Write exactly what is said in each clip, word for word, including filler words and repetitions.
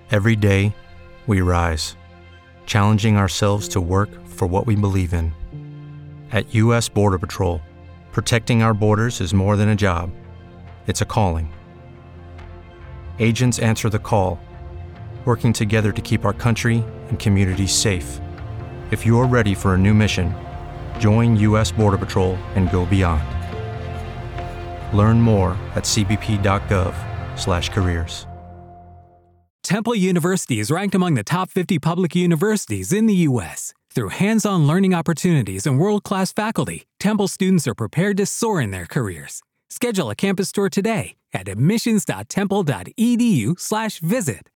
Every day, we rise, challenging ourselves to work for what we believe in. At U S Border Patrol, protecting our borders is more than a job, it's a calling. Agents answer the call, working together to keep our country and communities safe. If you're ready for a new mission, join U S Border Patrol and go beyond. Learn more at c b p dot gov slash careers. Temple University is ranked among the top fifty public universities in the U S Through hands-on learning opportunities and world-class faculty, Temple students are prepared to soar in their careers. Schedule a campus tour today at admissions dot temple dot e d u slash visit.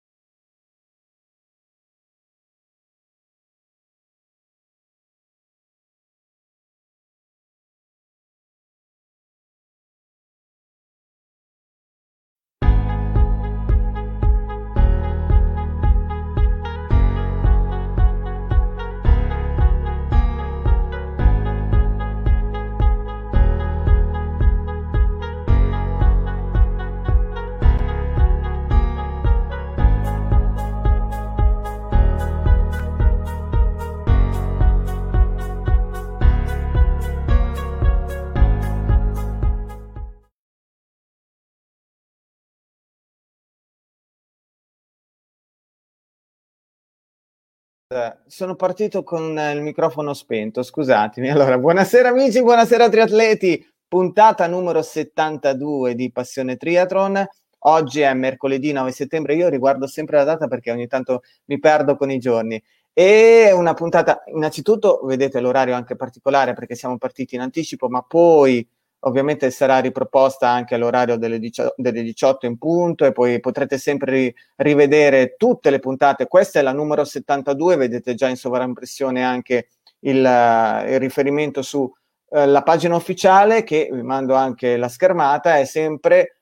Sono partito con il microfono spento, scusatemi. Allora, buonasera amici, buonasera triatleti, puntata numero settantadue di Passione Triathlon. Oggi è mercoledì nove settembre, io riguardo sempre la data perché ogni tanto mi perdo con i giorni. E una puntata, innanzitutto vedete l'orario anche particolare perché siamo partiti in anticipo, ma poi ovviamente sarà riproposta anche all'orario delle, dicio- delle diciotto in punto e poi potrete sempre ri- rivedere tutte le puntate. Questa è la numero settantadue, vedete già in sovraimpressione anche il, uh, il riferimento su uh, la pagina ufficiale, che vi mando anche la schermata, è sempre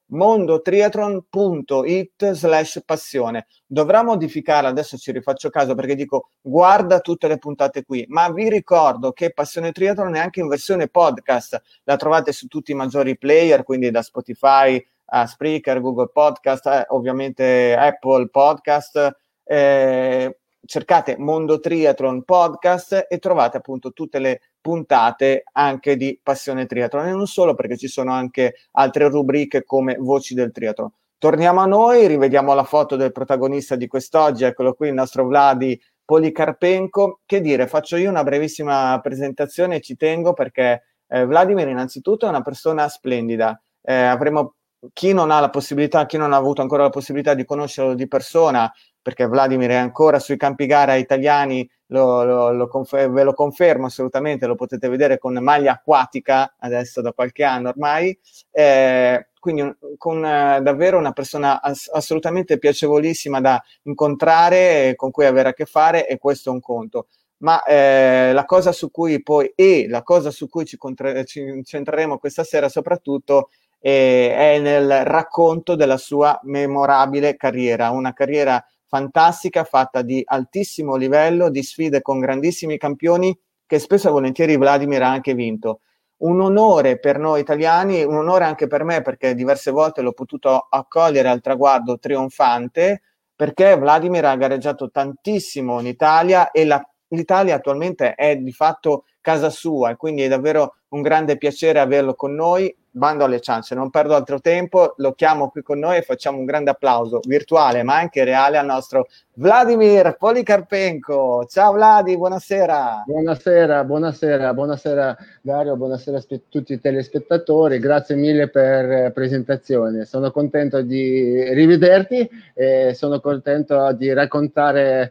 mondotriathlon.it slash passione. Dovrà modificarla, adesso ci rifaccio caso perché dico guarda tutte le puntate qui, ma vi ricordo che Passione Triathlon è anche in versione podcast, la trovate su tutti i maggiori player, quindi da Spotify a Spreaker, Google Podcast, eh, ovviamente Apple Podcast, eh, cercate Mondo Triathlon Podcast e trovate appunto tutte le puntate anche di Passione Triathlon e non solo, perché ci sono anche altre rubriche come Voci del Triathlon. Torniamo a noi, rivediamo la foto del protagonista di quest'oggi, eccolo qui il nostro Vladi Polikarpenko. Che dire, faccio io una brevissima presentazione, ci tengo perché eh, Vladimir innanzitutto è una persona splendida, eh, avremo chi non ha la possibilità, chi non ha avuto ancora la possibilità di conoscerlo di persona, perché Vladimir è ancora sui campi gara italiani, lo, lo, lo confer- ve lo confermo assolutamente, lo potete vedere con maglia acquatica adesso da qualche anno ormai, eh, quindi un, con eh, davvero una persona ass- assolutamente piacevolissima da incontrare, eh, con cui avere a che fare, e questo è un conto. Ma eh, la cosa su cui poi, e la cosa su cui ci, contra- ci centreremo questa sera soprattutto eh, è nel racconto della sua memorabile carriera, una carriera fantastica, fatta di altissimo livello, di sfide con grandissimi campioni che spesso e volentieri Vladimir ha anche vinto. Un onore per noi italiani, un onore anche per me perché diverse volte l'ho potuto accogliere al traguardo trionfante, perché Vladimir ha gareggiato tantissimo in Italia e la, l'Italia attualmente è di fatto casa sua e quindi è davvero un grande piacere averlo con noi. Bando alle ciance, non perdo altro tempo, lo chiamo qui con noi e facciamo un grande applauso virtuale ma anche reale al nostro Vladimir Polikarpenko. Ciao Vladi, buonasera. Buonasera, buonasera, buonasera Dario, buonasera a spe- tutti i telespettatori, grazie mille per la presentazione. Sono contento di rivederti e sono contento di raccontare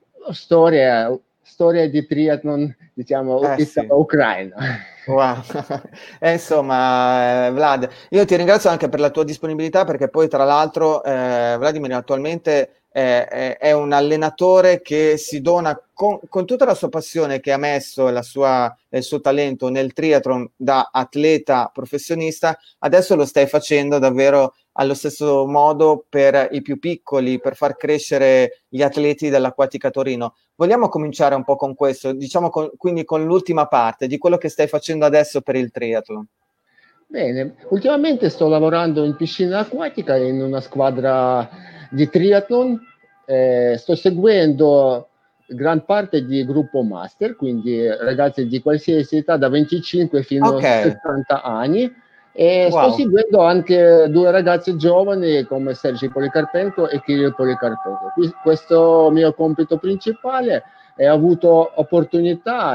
storie, storie di triathlon, diciamo, Eh, sì. ucraino. Wow. Eh, insomma, eh, Vlad, io ti ringrazio anche per la tua disponibilità perché poi tra l'altro eh, Vladimir attualmente è, è, è un allenatore che si dona con, con tutta la sua passione che ha messo e la sua, il suo talento nel triathlon da atleta professionista, adesso lo stai facendo davvero allo stesso modo per i più piccoli, per far crescere gli atleti dell'Acquatica Torino. Vogliamo cominciare un po' con questo, diciamo con, quindi con l'ultima parte di quello che stai facendo adesso per il triathlon. Bene, ultimamente sto lavorando in piscina acquatica in una squadra di triathlon eh, sto seguendo gran parte di gruppo master, quindi ragazzi di qualsiasi età, da venticinque fino okay. a settanta anni, e wow. sto seguendo anche due ragazzi giovani come Sergio Policarpenco e Kirill Policarpenco. Questo mio compito principale, e ho avuto opportunità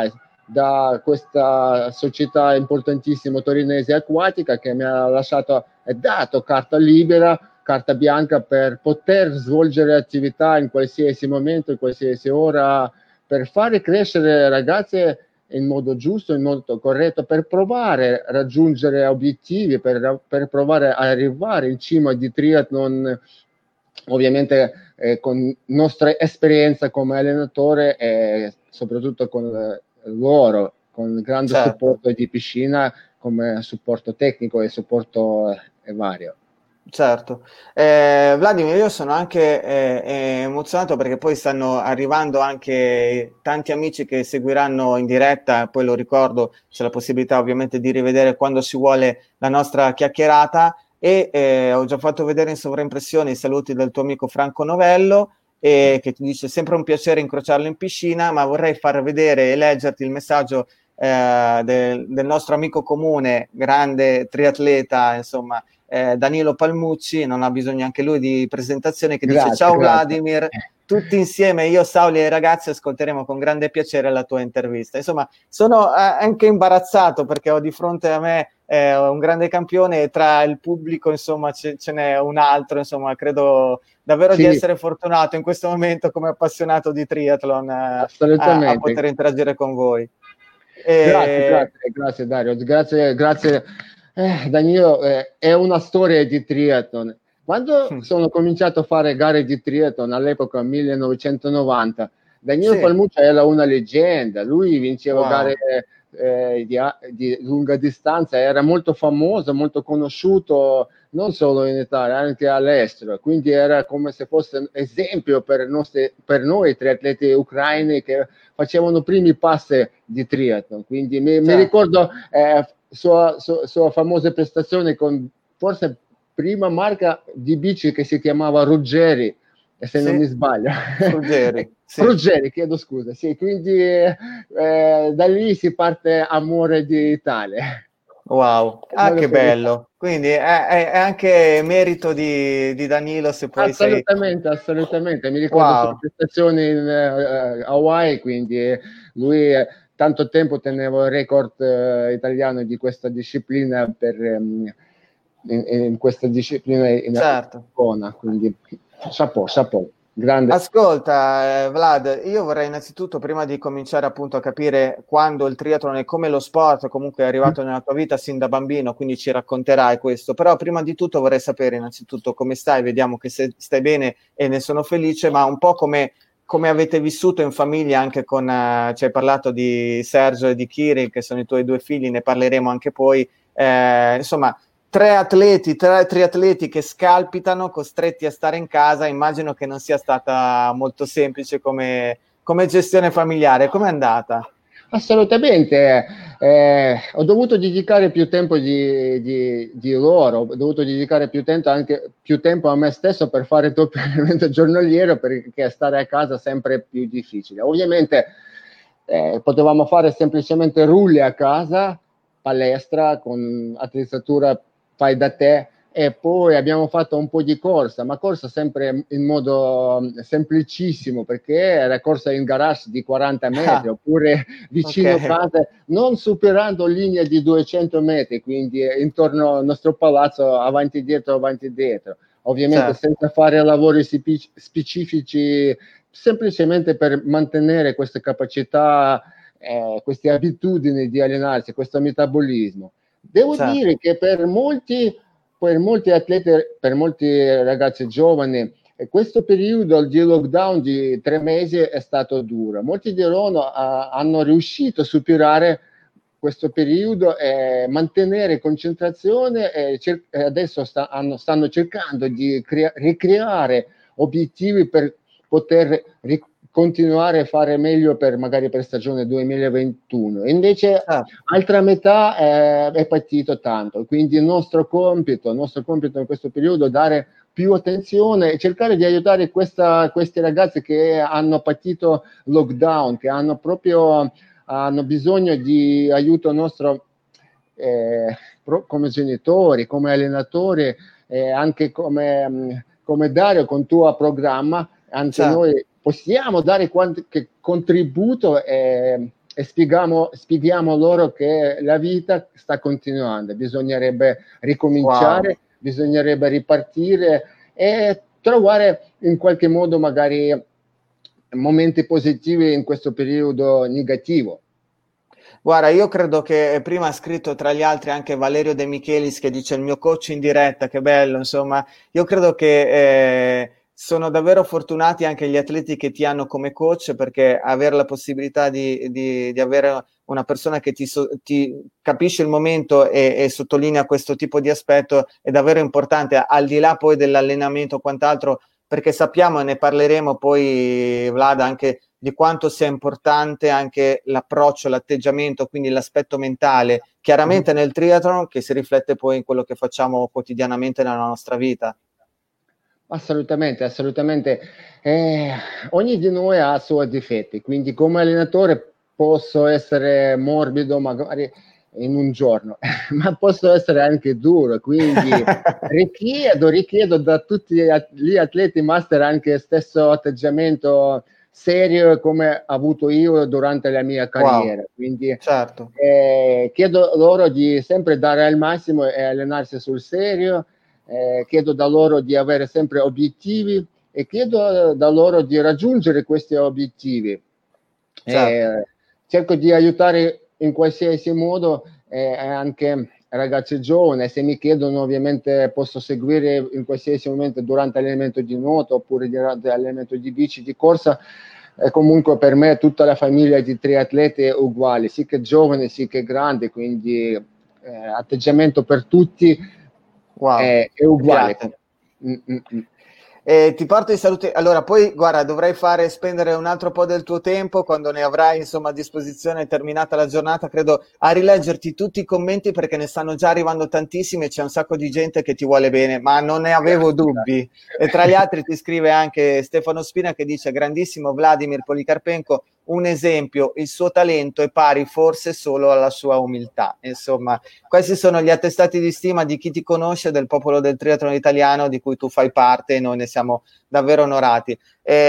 da questa società importantissima torinese acquatica che mi ha lasciato e dato carta libera, carta bianca per poter svolgere attività in qualsiasi momento, in qualsiasi ora, per fare crescere ragazze in modo giusto, in modo corretto, per provare a raggiungere obiettivi, per, per provare a arrivare in cima di triathlon, ovviamente eh, con nostra esperienza come allenatore e soprattutto con eh, loro, con grande certo. supporto di piscina come supporto tecnico e supporto eh, vario. Certo, eh, Vladimir, io sono anche eh, emozionato perché poi stanno arrivando anche tanti amici che seguiranno in diretta, poi lo ricordo, c'è la possibilità ovviamente di rivedere quando si vuole la nostra chiacchierata, e eh, ho già fatto vedere in sovraimpressione i saluti del tuo amico Franco Novello, e che ti dice sempre un piacere incrociarlo in piscina, ma vorrei far vedere e leggerti il messaggio eh, del, del nostro amico comune, grande triatleta, insomma, Eh, Danilo Palmucci, non ha bisogno anche lui di presentazione, che grazie, dice ciao grazie. Vladimir, tutti insieme io, Sauli e i ragazzi ascolteremo con grande piacere la tua intervista. Insomma, sono eh, anche imbarazzato perché ho di fronte a me eh, un grande campione, e tra il pubblico insomma ce, ce n'è un altro, insomma credo davvero sì. di essere fortunato in questo momento come appassionato di triathlon eh, a, a poter interagire con voi. E... Grazie, grazie, grazie Dario, grazie, grazie. Eh, Danilo, eh, è una storia di triathlon. Quando mm. sono cominciato a fare gare di triathlon all'epoca millenovecentonovanta, Danilo sì. Palmucci era una leggenda, lui vinceva wow. gare eh, di, di lunga distanza, era molto famoso, molto conosciuto non solo in Italia, anche all'estero, quindi era come se fosse un esempio per, nostri, per noi triatleti ucraini che facevano i primi passi di triathlon. Quindi mi, certo. mi ricordo eh, sua, sua, sua famosa prestazione con forse prima marca di bici che si chiamava Ruggeri, se sì. non mi sbaglio. Ruggeri, sì. Ruggeri, chiedo scusa. Sì, quindi eh, da lì si parte amore di Italia. Wow, ah che bello, quindi è, è, è anche merito di, di Danilo, se poi assolutamente, sei... assolutamente, mi ricordo wow. sue prestazioni in uh, Hawaii, quindi lui eh, tanto tempo tenevo il record uh, italiano di questa disciplina per um, in, in questa disciplina in certo. Arcona, quindi chapeau, chapeau. Grande. Ascolta eh, Vlad, io vorrei innanzitutto, prima di cominciare appunto a capire quando il triathlon e come lo sport comunque è arrivato nella tua vita sin da bambino, quindi ci racconterai questo, però prima di tutto vorrei sapere innanzitutto come stai, vediamo che se, stai bene e ne sono felice, ma un po' come, come avete vissuto in famiglia anche con, uh, ci hai parlato di Sergio e di Kirill che sono i tuoi due figli, ne parleremo anche poi, eh, insomma tre atleti, tre triatleti che scalpitano, costretti a stare in casa, immagino che non sia stata molto semplice come, come gestione familiare. Com'è andata? Assolutamente, eh, ho dovuto dedicare più tempo di, di, di loro, ho dovuto dedicare più tempo, anche, più tempo a me stesso per fare il tuo allenamento giornaliero, perché stare a casa è sempre più difficile. Ovviamente eh, potevamo fare semplicemente rulli a casa, palestra con attrezzatura fai da te, e poi abbiamo fatto un po' di corsa, ma corsa sempre in modo semplicissimo, perché era corsa in garage di quaranta metri, ah, oppure vicino okay. a casa, non superando linea di duecento metri, quindi intorno al nostro palazzo, avanti e dietro, avanti e dietro. Ovviamente certo. senza fare lavori specifici, semplicemente per mantenere queste capacità, eh, queste abitudini di allenarsi, questo metabolismo. Devo certo. dire che per molti, per molti atleti, per molti ragazzi giovani, questo periodo di lockdown di tre mesi è stato duro. Molti di loro uh, hanno riuscito a superare questo periodo e mantenere concentrazione, e cer- adesso sta- hanno, stanno cercando di crea- ricreare obiettivi per poter ric- continuare a fare meglio per magari per stagione duemilaventuno. Invece ah. altra metà è, è partito tanto, quindi il nostro compito, il nostro compito in questo periodo è dare più attenzione e cercare di aiutare questa, questi ragazzi che hanno patito lockdown, che hanno proprio hanno bisogno di aiuto nostro eh, come genitori, come allenatori, eh, anche come, come Dario con tuo programma, anche certo. Noi possiamo dare qualche contributo e, e spieghiamo, spieghiamo loro che la vita sta continuando, bisognerebbe ricominciare, wow. Bisognerebbe ripartire e trovare in qualche modo magari momenti positivi in questo periodo negativo. Guarda, io credo che prima ha scritto tra gli altri anche Valerio De Michelis che dice il mio coach in diretta, che bello, insomma, io credo che eh, sono davvero fortunati anche gli atleti che ti hanno come coach, perché avere la possibilità di, di, di avere una persona che ti, so, ti capisce il momento e, e sottolinea questo tipo di aspetto è davvero importante, al di là poi dell'allenamento o quant'altro, perché sappiamo e ne parleremo poi, Vlad, anche di quanto sia importante anche l'approccio, l'atteggiamento, quindi l'aspetto mentale, chiaramente nel triathlon, che si riflette poi in quello che facciamo quotidianamente nella nostra vita. Assolutamente, assolutamente. Eh, ogni di noi ha i suoi difetti, quindi come allenatore posso essere morbido magari in un giorno, ma posso essere anche duro, quindi richiedo, richiedo da tutti gli atleti master anche stesso atteggiamento serio come ho avuto io durante la mia carriera. Wow. Quindi certo. eh, chiedo loro di sempre dare al massimo e allenarsi sul serio, eh, chiedo da loro di avere sempre obiettivi e chiedo da loro di raggiungere questi obiettivi. Certo. Eh, cerco di aiutare in qualsiasi modo eh, anche ragazzi giovani, se mi chiedono ovviamente posso seguire in qualsiasi momento durante l'allenamento di nuoto oppure durante l'allenamento di bici, di corsa, e comunque per me tutta la famiglia di triatleti è uguale, sì che giovani, sì che grandi, quindi eh, atteggiamento per tutti wow. è, è uguale. Mm-mm. Eh, ti porto i saluti. Allora, poi guarda, dovrei fare spendere un altro po' del tuo tempo quando ne avrai insomma a disposizione terminata la giornata, credo, a rileggerti tutti i commenti perché ne stanno già arrivando tantissimi e c'è un sacco di gente che ti vuole bene, ma non ne avevo dubbi. E tra gli altri ti scrive anche Stefano Spina che dice: grandissimo Vladimir Polikarpenko, un esempio, il suo talento è pari forse solo alla sua umiltà. Insomma, questi sono gli attestati di stima di chi ti conosce, del popolo del triathlon italiano di cui tu fai parte e noi ne siamo davvero onorati.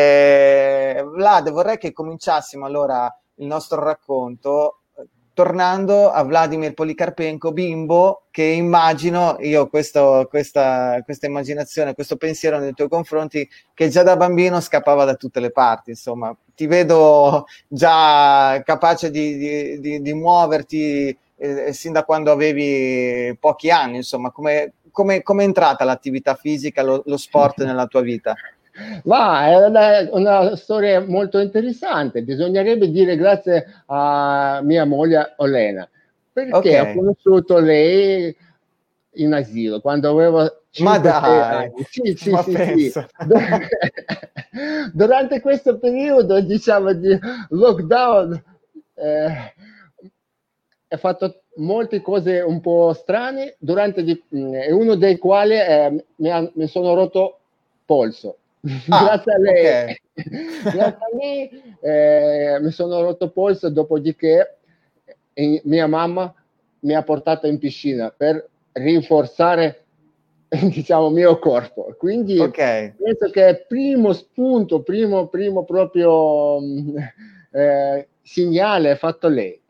Eh, Vlad, vorrei che cominciassimo allora il nostro racconto tornando a Vladimir Polikarpenko, bimbo, che immagino, io questo, questa, questa immaginazione, questo pensiero nei tuoi confronti, che già da bambino scappava da tutte le parti, insomma, ti vedo già capace di, di, di, di muoverti eh, sin da quando avevi pochi anni, insomma, come come è entrata l'attività fisica, lo, lo sport nella tua vita? Ma è una, una storia molto interessante, bisognerebbe dire grazie a mia moglie Olena, perché okay. Ho conosciuto lei in asilo quando avevo cinque anni. Sì, sì, ma sì, penso. Sì. Durante questo periodo, diciamo, di lockdown, eh, ho fatto molte cose un po' strane, durante di, mh, uno dei quali eh, mi, ha, mi sono rotto polso. Ah, grazie a lei, okay. Grazie a lei eh, mi sono rotto polso, dopodiché eh, mia mamma mi ha portato in piscina per rinforzare diciamo il mio corpo, quindi okay. Penso che il primo spunto, primo, primo proprio eh, segnale è fatto lei.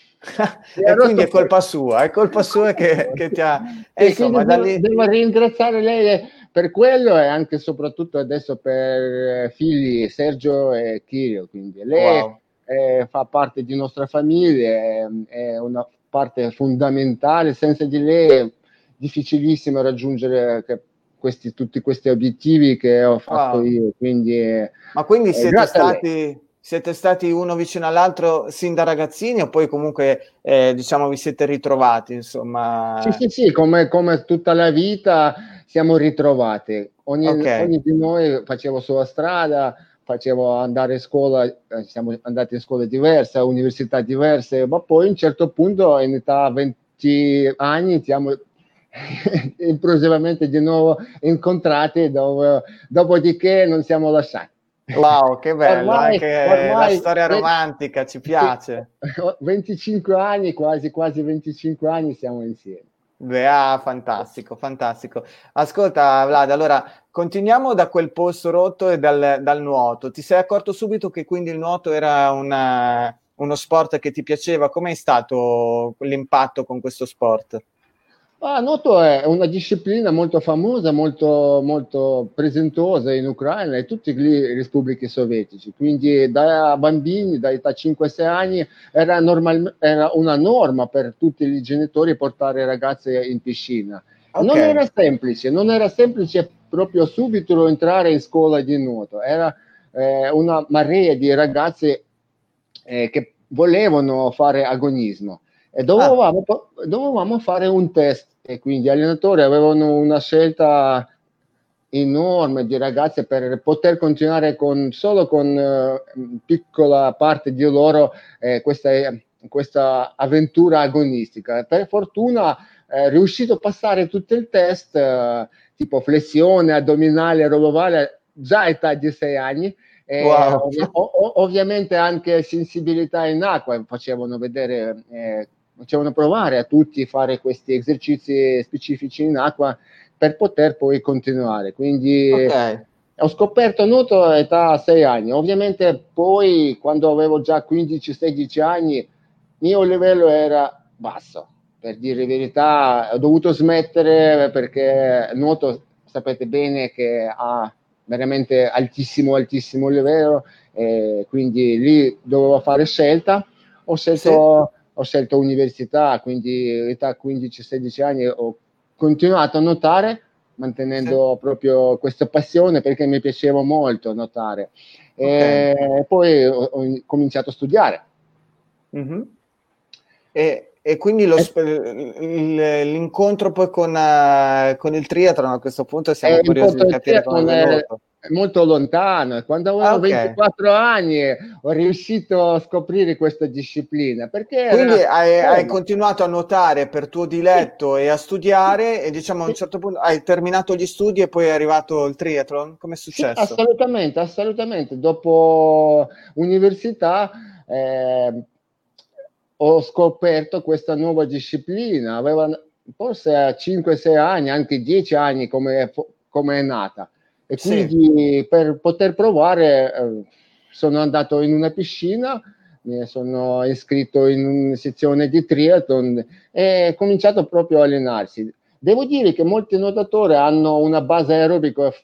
E quindi è colpa sua, è colpa sua che, che ti ha... E insomma, devo, lì... devo ringraziare lei per quello e anche e soprattutto adesso per figli Sergio e Kirio, quindi lei wow. eh, fa parte di nostra famiglia, è, è una parte fondamentale, senza di lei è difficilissimo raggiungere questi, tutti questi obiettivi che ho fatto wow. io, quindi... Ma quindi eh, siete stati... Siete stati uno vicino all'altro sin da ragazzini o poi comunque eh, diciamo vi siete ritrovati, insomma? Sì, sì, sì, come, come tutta la vita siamo ritrovati. Ogni, okay. ogni di noi facevo sua strada, facevo andare a scuola, eh, siamo andati in scuole diverse, a università diverse, ma poi a un certo punto in età venti anni siamo improvvisamente di nuovo incontrati, dove, dopodiché non siamo lasciati. Wow, che bello, ormai, anche ormai la storia romantica ci piace. venticinque anni, quasi quasi venticinque anni siamo insieme. Beh, ah, fantastico, fantastico. Ascolta, Vlad, allora continuiamo da quel polso rotto e dal, dal nuoto. Ti sei accorto subito che quindi il nuoto era una, uno sport che ti piaceva? Com'è stato l'impatto con questo sport? Ah, nuoto è una disciplina molto famosa, molto, molto presentosa in Ucraina e tutte le repubbliche sovietiche, quindi da bambini, da età cinque sei anni, era, normal, era una norma per tutti i genitori portare ragazze in piscina. Okay. Non era semplice, non era semplice proprio subito entrare in scuola di nuoto, era eh, una marea di ragazze eh, che volevano fare agonismo e dovevamo, ah. dovevamo fare un test. E quindi gli allenatori avevano una scelta enorme di ragazze per poter continuare con solo con uh, piccola parte di loro eh, questa, questa avventura agonistica. Per fortuna è eh, riuscito a passare tutto il test, uh, tipo flessione, addominale, roba varia, già a età di sei anni. E wow. ov- ov- ovviamente anche sensibilità in acqua, facevano vedere eh, facevano provare a tutti a fare questi esercizi specifici in acqua per poter poi continuare. Quindi okay. ho scoperto nuoto a età sei anni. Ovviamente poi quando avevo già quindici sedici anni il mio livello era basso, per dire la verità. Ho dovuto smettere perché nuoto sapete bene che ha veramente altissimo altissimo livello, e quindi lì dovevo fare scelta. Ho scelto sì. Ho scelto università, quindi età quindici sedici anni ho continuato a nuotare, mantenendo sì. proprio questa passione perché mi piaceva molto nuotare. Okay. E poi ho, ho cominciato a studiare. Mm-hmm. E, e quindi lo, l'incontro poi con, uh, con il triathlon a questo punto siamo eh, curiosi di capire come è venuto. È molto lontano. Quando avevo ah, okay. ventiquattro anni ho riuscito a scoprire questa disciplina. Perché quindi era... hai, hai continuato a nuotare per tuo diletto sì. e a studiare e diciamo a un certo punto hai terminato gli studi e poi è arrivato il triathlon? Come è successo? Sì, assolutamente, assolutamente. Dopo università eh, ho scoperto questa nuova disciplina. Aveva forse cinque sei anni, anche dieci anni come, come è nata. E quindi sì. per poter provare eh, sono andato in una piscina, mi sono iscritto in una sezione di triathlon e ho cominciato proprio a allenarsi. Devo dire che molti nuotatori hanno una base aerobica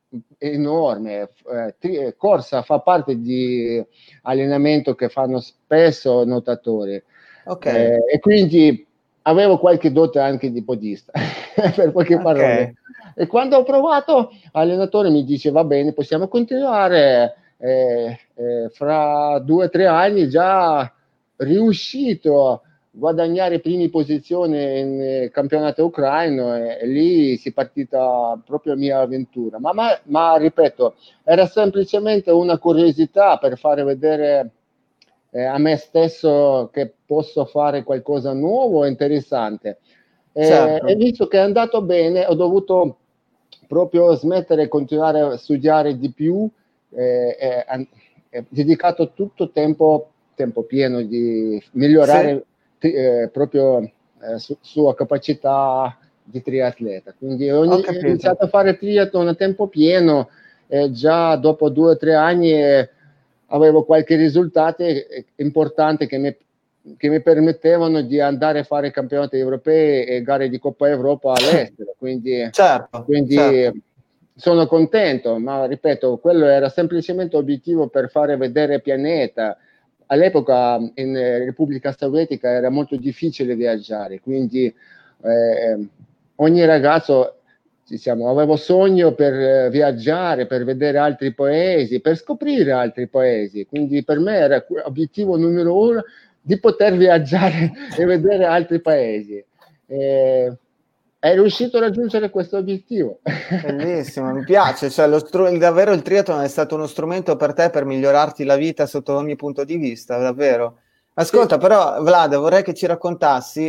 enorme, eh, tri- corsa fa parte di allenamento che fanno spesso nuotatori. Okay. Eh, e quindi avevo qualche dote anche di podista, per poche okay. parole. E quando ho provato, l'allenatore mi dice va bene, possiamo continuare, eh, eh, fra due o tre anni già riuscito a guadagnare prime posizioni in eh, campionato ucraino e, e lì si è partita proprio la mia avventura. Ma, ma, ma ripeto, era semplicemente una curiosità per fare vedere eh, a me stesso che posso fare qualcosa nuovo e interessante. Certo. E visto che è andato bene, ho dovuto proprio smettere e continuare a studiare di più, eh, eh, eh, dedicato tutto tempo, tempo pieno di migliorare sì. eh, proprio eh, su, sua capacità di triatleta. Quindi ho, ho iniziato a fare triathlon a tempo pieno e già dopo due o tre anni eh, avevo qualche risultato importante che mi che mi permettevano di andare a fare campionati europei e gare di Coppa Europa all'estero, quindi, certo, quindi certo. sono contento, ma ripeto, quello era semplicemente obiettivo per fare vedere il pianeta. All'epoca in Repubblica Sovietica era molto difficile viaggiare, quindi eh, ogni ragazzo diciamo, avevo sogno per viaggiare, per vedere altri paesi, per scoprire altri paesi, quindi per me era obiettivo numero uno di poter viaggiare e vedere altri paesi. Eh, è riuscito a raggiungere questo obiettivo. Bellissimo, mi piace, cioè, lo str- davvero il triathlon è stato uno strumento per te per migliorarti la vita sotto ogni punto di vista, davvero. Ascolta, sì. Però Vlad, vorrei che ci raccontassi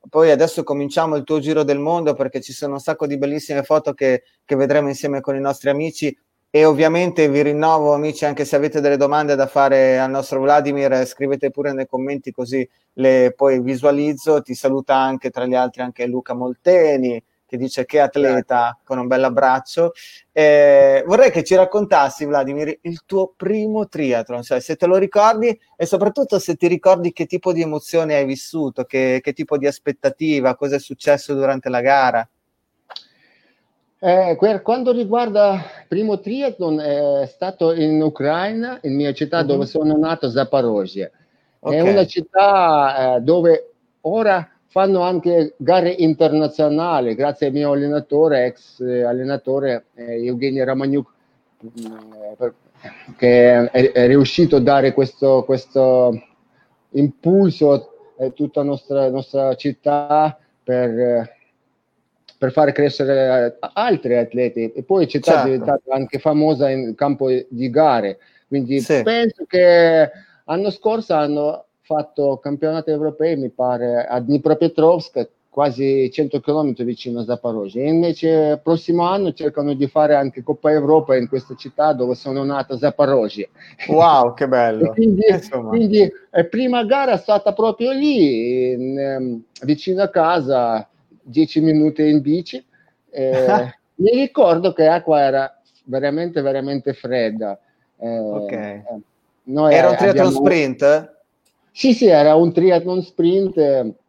poi adesso cominciamo il tuo giro del mondo, perché ci sono un sacco di bellissime foto che, che vedremo insieme con i nostri amici. E ovviamente vi rinnovo, amici, anche se avete delle domande da fare al nostro Vladimir, scrivete pure nei commenti, così le poi visualizzo. Ti saluta anche, tra gli altri, anche Luca Molteni, che dice che atleta, con un bel abbraccio. Eh, vorrei che ci raccontassi, Vladimir, il tuo primo triathlon, cioè se te lo ricordi, e soprattutto se ti ricordi che tipo di emozione hai vissuto, che, che tipo di aspettativa, cosa è successo durante la gara. Eh, per quanto riguarda il primo triathlon, è stato in Ucraina, in mia città, uh-huh. dove sono nato, Zaporozhye. Okay. È una città eh, dove ora fanno anche gare internazionali, grazie al mio allenatore, ex allenatore eh, Evgeny Romaniuk, eh, che è, è riuscito a dare questo, questo impulso a tutta la nostra, nostra città per... per fare crescere altri atleti, e poi città certo. è diventata anche famosa in campo di gare, quindi sì. penso che l'anno scorso hanno fatto campionati europei, mi pare, a Dnipropetrovsk, quasi cento chilometri vicino a Zaporozhye, e invece il prossimo anno cercano di fare anche Coppa Europa in questa città dove sono nato, Zaporozhye. Wow, che bello! quindi, quindi la prima gara è stata proprio lì, in, vicino a casa, dieci minuti in bici. Eh, mi ricordo che l'acqua era veramente veramente fredda. Eh, okay. noi era un triathlon abbiamo... sprint? Sì, sì, era un triathlon sprint,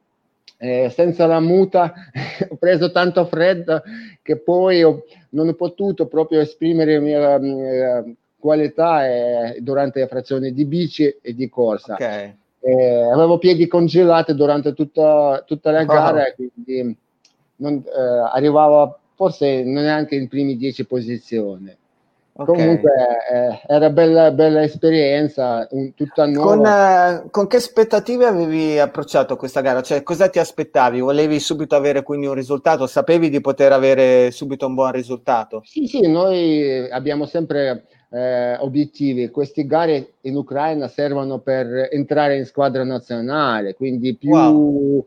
eh, senza la muta. Ho preso tanto freddo che poi ho, non ho potuto proprio esprimere la mia, mia qualità eh, durante le frazioni di bici e di corsa. Okay. Eh, avevo piedi congelati durante tutta, tutta la gara, wow. quindi non, eh, arrivavo forse non neanche in primi dieci posizioni. Okay. Comunque eh, era bella, bella esperienza, un, tutta nuova. Con, eh, con che aspettative avevi approcciato questa gara? Cioè, cosa ti aspettavi? Volevi subito avere quindi un risultato? Sapevi di poter avere subito un buon risultato? Sì, sì, noi abbiamo sempre eh, obiettivi. Queste gare in Ucraina servono per entrare in squadra nazionale, quindi più... Wow.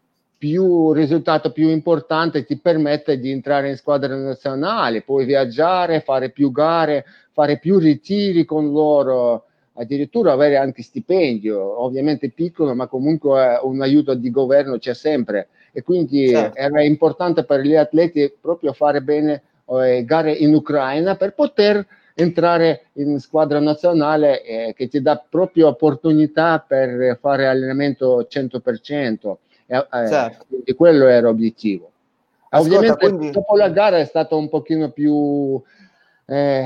più risultato più importante ti permette di entrare in squadra nazionale, puoi viaggiare, fare più gare, fare più ritiri con loro, addirittura avere anche stipendio, ovviamente piccolo, ma comunque un aiuto di governo c'è sempre, e quindi certo. era importante per gli atleti proprio fare bene eh, gare in Ucraina per poter entrare in squadra nazionale, eh, che ti dà proprio opportunità per fare allenamento cento per cento. Eh, certo. Quindi quello era l'obiettivo. Ascolta, ovviamente quindi... dopo la gara è stato un pochino più eh,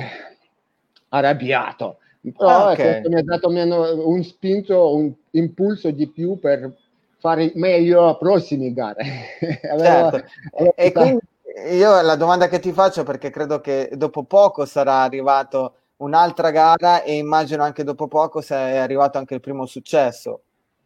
arrabbiato, però ah, okay. questo mi ha dato meno, un spinto, un impulso di più per fare meglio a prossime gare. Avevo, certo. avevo e quindi io la domanda che ti faccio, perché credo che dopo poco sarà arrivato un'altra gara e immagino anche dopo poco sia arrivato anche il primo successo.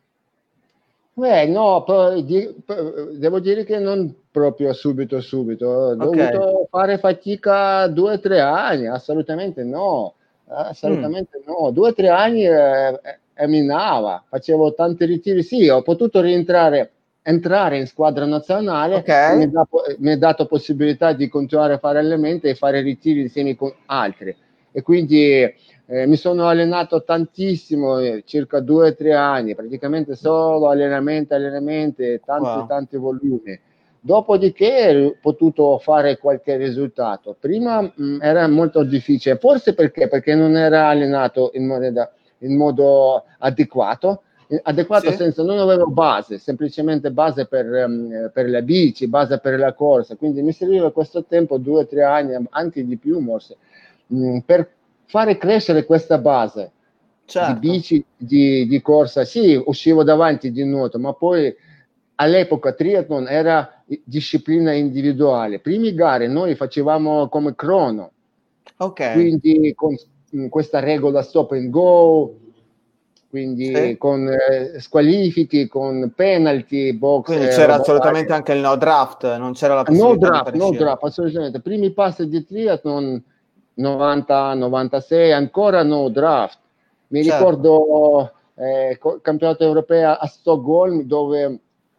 Beh, no, però, di, devo dire che non proprio subito subito, ho okay. dovuto fare fatica due o tre anni, assolutamente no, assolutamente mm. no, due o tre anni eh, eminava, facevo tanti ritiri, sì, ho potuto rientrare, entrare in squadra nazionale, okay. mi, ha dato, mi ha dato possibilità di continuare a fare allenamenti e fare ritiri insieme con altri, e quindi... Eh, mi sono allenato tantissimo, eh, circa due o tre anni, praticamente solo allenamenti, allenamenti, tanti, wow. tanti volumi. Dopodiché ho potuto fare qualche risultato. Prima mh, era molto difficile, forse perché, perché non era allenato in modo, da, in modo adeguato, adeguato sì. senza, non avevo base, semplicemente base per, um, per la bici, base per la corsa, quindi mi serviva questo tempo, due o tre anni, anche di più forse, mh, per fare crescere questa base certo. di bici, di, di corsa. Sì, uscivo davanti di nuoto, ma poi all'epoca triathlon era disciplina individuale. Prime gare noi facevamo come crono, okay. quindi con questa regola stop and go, quindi sì. con eh, squalifichi, con penalty, box. Quindi c'era eh, assolutamente anche il no draft, non c'era la possibilità no draft, no draft, assolutamente. Primi passi di triathlon novanta novantasei, ancora no draft. Mi certo. ricordo eh, campionato europeo a Stoccolma, dove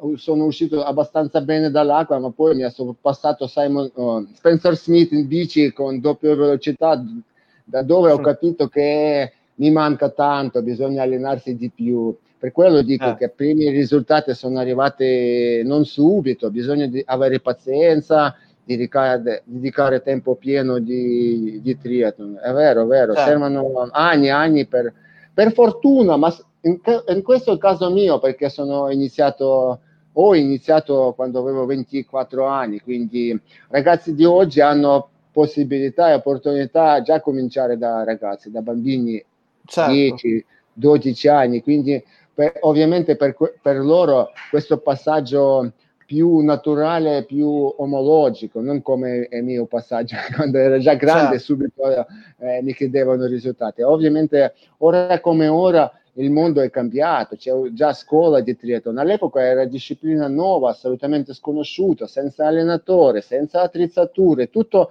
sono uscito abbastanza bene dall'acqua, ma poi mi ha sorpassato Simon, uh, Spencer Smith in bici con doppia velocità, da dove ho capito che mi manca tanto, bisogna allenarsi di più. Per quello dico eh. che i primi risultati sono arrivati non subito, bisogna di avere pazienza, dedicare, dedicare tempo pieno di, di triathlon. È vero, è vero, certo. Servono anni e anni per, per fortuna, ma in, in questo caso mio, perché sono iniziato, ho iniziato quando avevo ventiquattro anni, quindi ragazzi di oggi hanno possibilità e opportunità già cominciare da ragazzi, da bambini, certo. dieci dodici anni, quindi per, ovviamente per, per loro questo passaggio più naturale, più omologico, non come il mio passaggio quando ero già grande, certo. subito eh, mi chiedevano risultati. Ovviamente ora come ora il mondo è cambiato, c'è già scuola di triathlon, all'epoca era disciplina nuova, assolutamente sconosciuta, senza allenatore, senza attrezzature, tutto,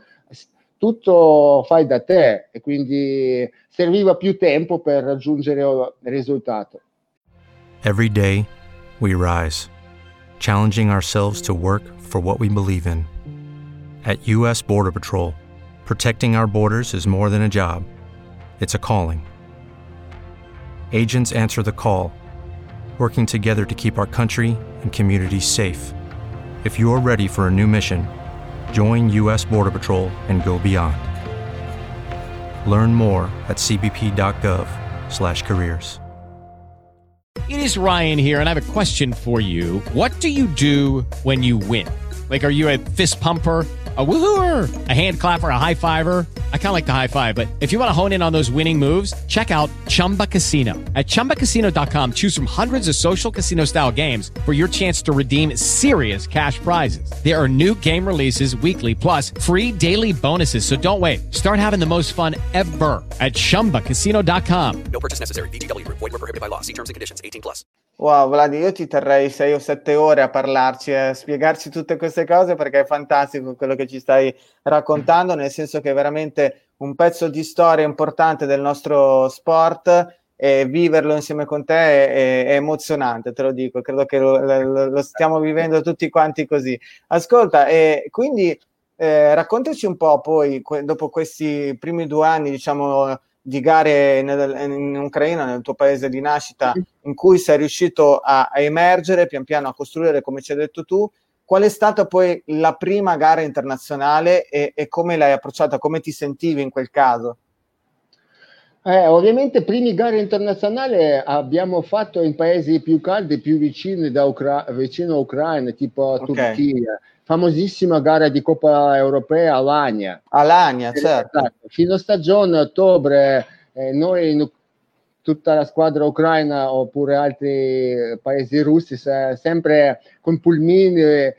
tutto fai da te, e quindi serviva più tempo per raggiungere il risultato. Every day we rise, challenging ourselves to work for what we believe in. At U S Border Patrol, protecting our borders is more than a job, it's a calling. Agents answer the call, working together to keep our country and communities safe. If you're ready for a new mission, join U S Border Patrol and go beyond. Learn more at c b p dot gov slash careers. It is Ryan here, and I have a question for you. What do you do when you win? Like, are you a fist pumper, a woohooer, a hand clapper, a high fiver? I kind of like the high five, but if you want to hone in on those winning moves, check out Chumba Casino. At chumba casino dot com, choose from hundreds of social casino style games for your chance to redeem serious cash prizes. There are new game releases weekly, plus free daily bonuses. So don't wait. Start having the most fun ever at chumba casino dot com. No purchase necessary. V G W Group. Void where prohibited by law. See terms and conditions. eighteen plus. Wow, Vladi, io ti terrei sei o sette ore a parlarci e a spiegarci tutte queste cose, perché è fantastico quello che ci stai raccontando, nel senso che è veramente un pezzo di storia importante del nostro sport, e viverlo insieme con te è, è emozionante, te lo dico, credo che lo, lo, lo stiamo vivendo tutti quanti così. Ascolta, e quindi eh, raccontaci un po' poi, que- dopo questi primi due anni, diciamo, di gare nel, in Ucraina, nel tuo paese di nascita, in cui sei riuscito a, a emergere, pian piano a costruire, come ci hai detto tu, qual è stata poi la prima gara internazionale e, e come l'hai approcciata, come ti sentivi in quel caso? Eh, ovviamente prime gare internazionali abbiamo fatto in paesi più caldi, più vicini da Ucra- vicino a Ucraina, tipo okay. Turchia. Famosissima gara di Coppa Europea Alanya. Alanya, certo. Esatto. Fino a stagione, ottobre, eh, noi in, tutta la squadra ucraina oppure altri paesi russi, se, sempre con pulmini eh,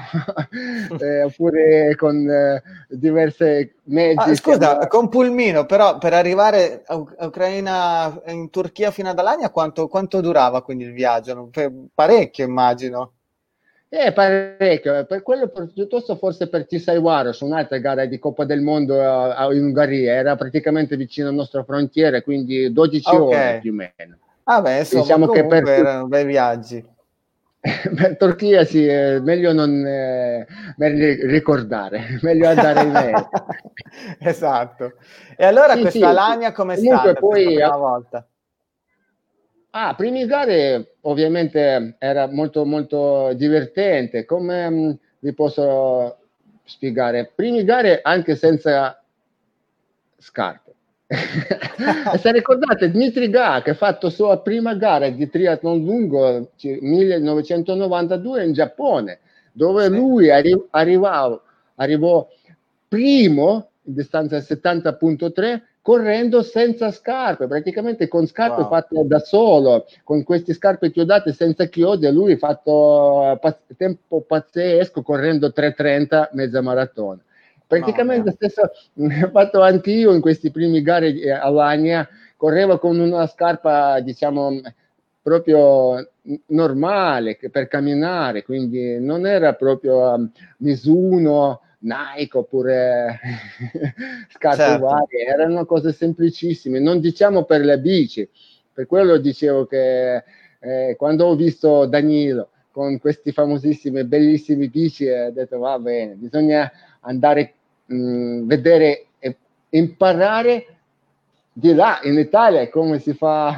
oppure con eh, diverse mezzi. Ah, scusa, siamo... con pulmino, però per arrivare a Ucraina, in Turchia fino ad Alanya, quanto, quanto durava quindi il viaggio? Parecchio, immagino. Eh, parecchio, per quello piuttosto forse per Tisaiwaros, un'altra gara di Coppa del Mondo uh, in Ungheria, era praticamente vicino alla nostra frontiera, quindi dodici okay. ore più o meno. Ah beh, insomma, diciamo che per erano bei viaggi. Per Turchia sì, è meglio non eh, meglio ricordare, meglio andare in aereo. Esatto. E allora sì, questa sì, Alanya com'è stata poi, per la prima volta? Ah, prime gare ovviamente era molto molto divertente, come mh, vi posso spiegare? Prime gare anche senza scarpe. E se ricordate Dmitry Ga, che ha fatto sua prima gara di triathlon lungo millenovecentonovantadue in Giappone, dove sì. lui arri- arrivava, arrivò primo in distanza settanta virgola tre correndo senza scarpe, praticamente con scarpe wow. fatte da solo, con queste scarpe chiodate senza chiodi, lui ha fatto paz- tempo pazzesco correndo tre trenta mezza maratona. Praticamente no, stesso ho fatto anche io in questi primi gare a Alanya, correvo con una scarpa diciamo proprio normale per camminare, quindi non era proprio um, Mizuno, Nike oppure scarpe certo. varie, erano cose semplicissime, non diciamo per le bici, per quello dicevo che eh, quando ho visto Danilo con questi famosissimi, bellissimi bici, e ho detto va bene, bisogna andare a vedere e imparare di là in Italia come si fa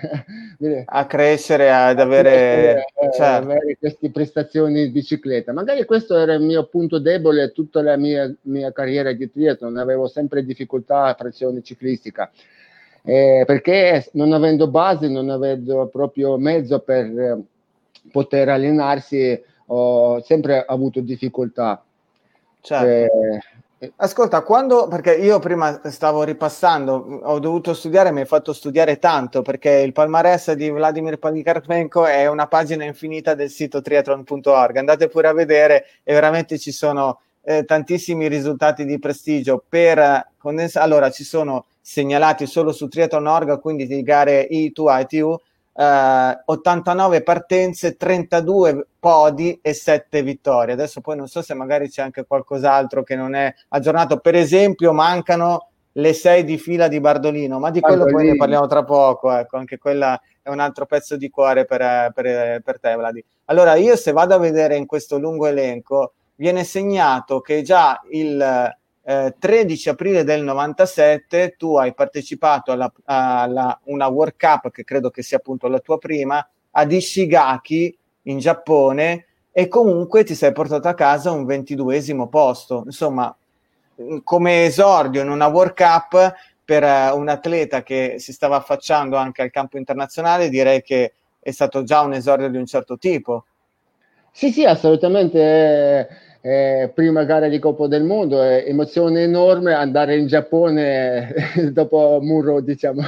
a crescere, ad a avere, crescere, eh, certo. avere queste prestazioni in bicicletta. Magari questo era il mio punto debole tutta la mia, mia carriera di triathlon, avevo sempre difficoltà a trazione ciclistica, eh, perché non avendo base, non avendo proprio mezzo per eh, poter allenarsi, ho sempre avuto difficoltà. Certo. Eh, Ascolta, quando, perché io prima stavo ripassando, ho dovuto studiare, mi hai fatto studiare tanto, perché il palmarès di Vladimir Polikarpenko è una pagina infinita del sito triathlon punto org, andate pure a vedere e veramente ci sono eh, tantissimi risultati di prestigio. Per condens- allora, ci sono segnalati solo su triathlon punto org, quindi di gare I T U, I T U, Uh, ottantanove partenze, trentadue podi e sette vittorie. Adesso poi non so se magari c'è anche qualcos'altro che non è aggiornato. Per esempio mancano le sei di fila di Bardolino, ma di quello Bardolino. poi ne parliamo tra poco. Ecco, anche quella è un altro pezzo di cuore per, per, per te, Vladi. Allora, io se vado a vedere in questo lungo elenco, viene segnato che già il Eh, tredici aprile del novantasette tu hai partecipato alla, alla una World Cup, che credo che sia appunto la tua prima, ad Ishigaki in Giappone, e comunque ti sei portato a casa un ventiduesimo posto. Insomma, come esordio in una World Cup per uh, un atleta che si stava affacciando anche al campo internazionale, direi che è stato già un esordio di un certo tipo. Sì, sì, assolutamente. Eh, prima gara di Coppa del Mondo, eh, emozione enorme andare in Giappone eh, dopo muro, diciamo,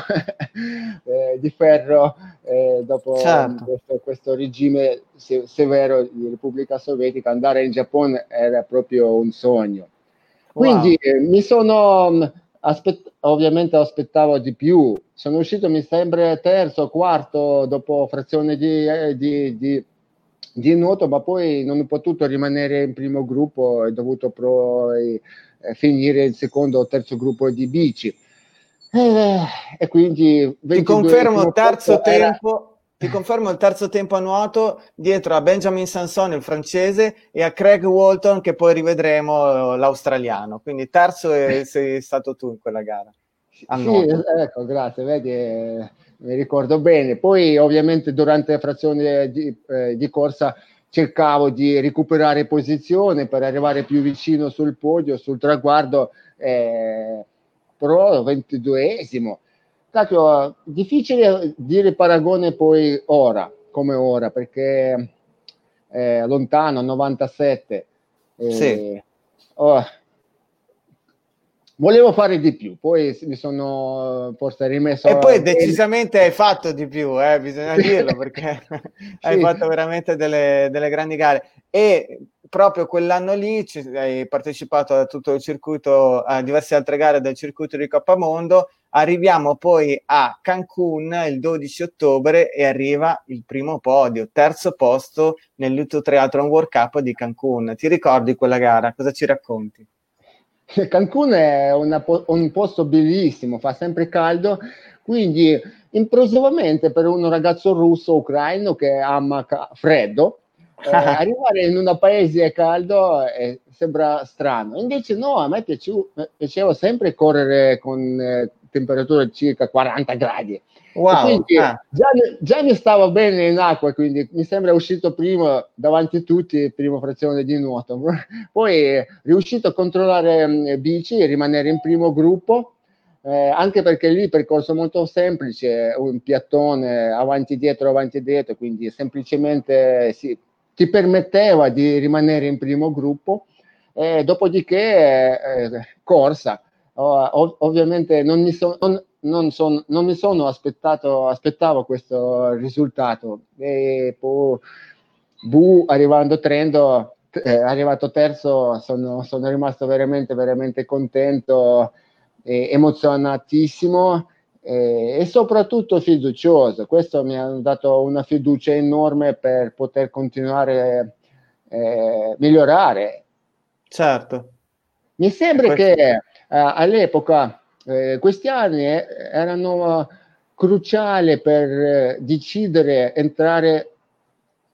eh, di ferro, eh, dopo certo. questo, questo regime se- severo di Repubblica Sovietica, andare in Giappone era proprio un sogno. Quindi Wow. eh, mi sono, aspett- ovviamente aspettavo di più, sono uscito mi sembra terzo o quarto dopo frazione di, eh, di, di di nuoto, ma poi non ho potuto rimanere in primo gruppo, ho dovuto pro, eh, finire il secondo o terzo gruppo di bici, eh, e quindi Ti confermo terzo era... tempo, ti confermo il terzo tempo a nuoto dietro a Benjamin Sanson, il francese, e a Craig Walton, che poi rivedremo, l'australiano. Quindi terzo è, sei stato tu in quella gara. A sì, nuoto. ecco, grazie, vedi, eh, mi ricordo bene. Poi ovviamente durante la frazione di, eh, di corsa cercavo di recuperare posizione per arrivare più vicino sul podio, sul traguardo, eh, però ventiduesimo. Cacchio, difficile dire paragone poi ora, come ora, perché è lontano, novantasette. Eh, Sì. oh, volevo fare di più, poi mi sono forse rimesso... E poi bene. Decisamente hai fatto di più, eh, bisogna dirlo, perché hai Sì. fatto veramente delle, delle grandi gare. E proprio quell'anno lì ci, hai partecipato a tutto il circuito, a diverse altre gare del circuito di Coppa Mondo. Arriviamo poi a Cancun il dodici ottobre e arriva il primo podio, terzo posto nell'U T U Triathlon World Cup di Cancun. Ti ricordi quella gara? Cosa ci racconti? Cancun è una, un posto bellissimo, fa sempre caldo, quindi improvvisamente per un ragazzo russo ucraino che ama ca- freddo, eh, arrivare in un paese caldo eh, sembra strano. Invece no, a me piaceva, piaceva sempre correre con eh, temperature circa quaranta gradi. Wow. E quindi Ah. già, già mi stavo bene in acqua, quindi mi sembra uscito primo davanti a tutti, prima frazione di nuoto. Poi riuscito a controllare mh, bici e rimanere in primo gruppo, eh, anche perché lì il percorso molto semplice, un piattone avanti dietro avanti dietro, quindi semplicemente sì, ti permetteva di rimanere in primo gruppo. Eh, dopodiché eh, corsa. Oh, ovviamente non mi, so, non, non, son, non mi sono aspettato, aspettavo questo risultato, e poi Bu arrivando Trento, eh, arrivato terzo, sono, sono rimasto veramente veramente contento, eh, emozionatissimo, eh, e soprattutto fiducioso. Questo mi ha dato una fiducia enorme per poter continuare a eh, migliorare. Certo. Mi sembra che eh, all'epoca eh, questi anni eh, erano cruciali per eh, decidere entrare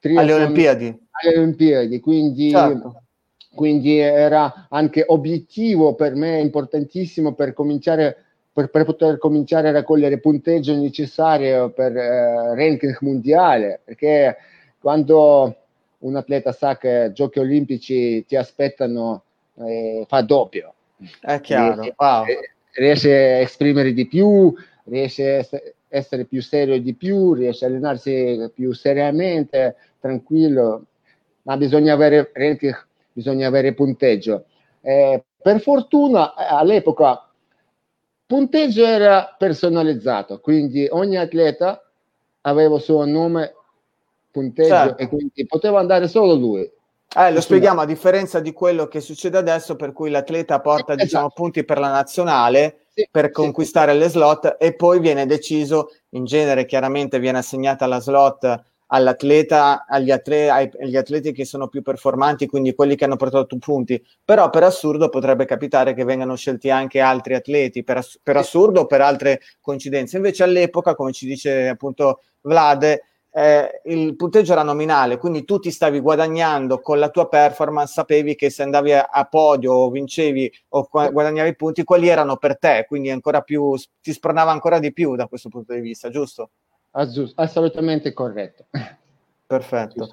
alle Olimpiadi. Alle Olimpiadi, quindi, certo. quindi era anche obiettivo per me importantissimo per cominciare per, per poter cominciare a raccogliere punteggio necessario per eh, ranking mondiale, perché quando un atleta sa che giochi olimpici ti aspettano, eh, fa doppio. È chiaro, riesce, wow. riesce a esprimere di più, riesce a essere più serio di più, riesce a allenarsi più seriamente, tranquillo, ma bisogna avere ranking, bisogna avere punteggio. Eh, per fortuna all'epoca punteggio era personalizzato, quindi ogni atleta aveva il suo nome, punteggio, certo. e quindi poteva andare solo lui. Eh, lo spieghiamo, a differenza di quello che succede adesso, per cui l'atleta porta, esatto. diciamo, punti per la nazionale, sì, per sì, conquistare sì. le slot, e poi viene deciso, in genere chiaramente viene assegnata la slot all'atleta, agli, atle- agli atleti che sono più performanti, quindi quelli che hanno portato punti, però per assurdo potrebbe capitare che vengano scelti anche altri atleti, per, ass- per assurdo o per altre coincidenze. Invece all'epoca, come ci dice appunto Vlad, Eh, il punteggio era nominale, quindi tu ti stavi guadagnando con la tua performance, sapevi che se andavi a, a podio o vincevi o gu- guadagnavi punti, quelli erano per te, quindi ancora più, ti spronava ancora di più da questo punto di vista, giusto? Assu- assolutamente corretto. Perfetto.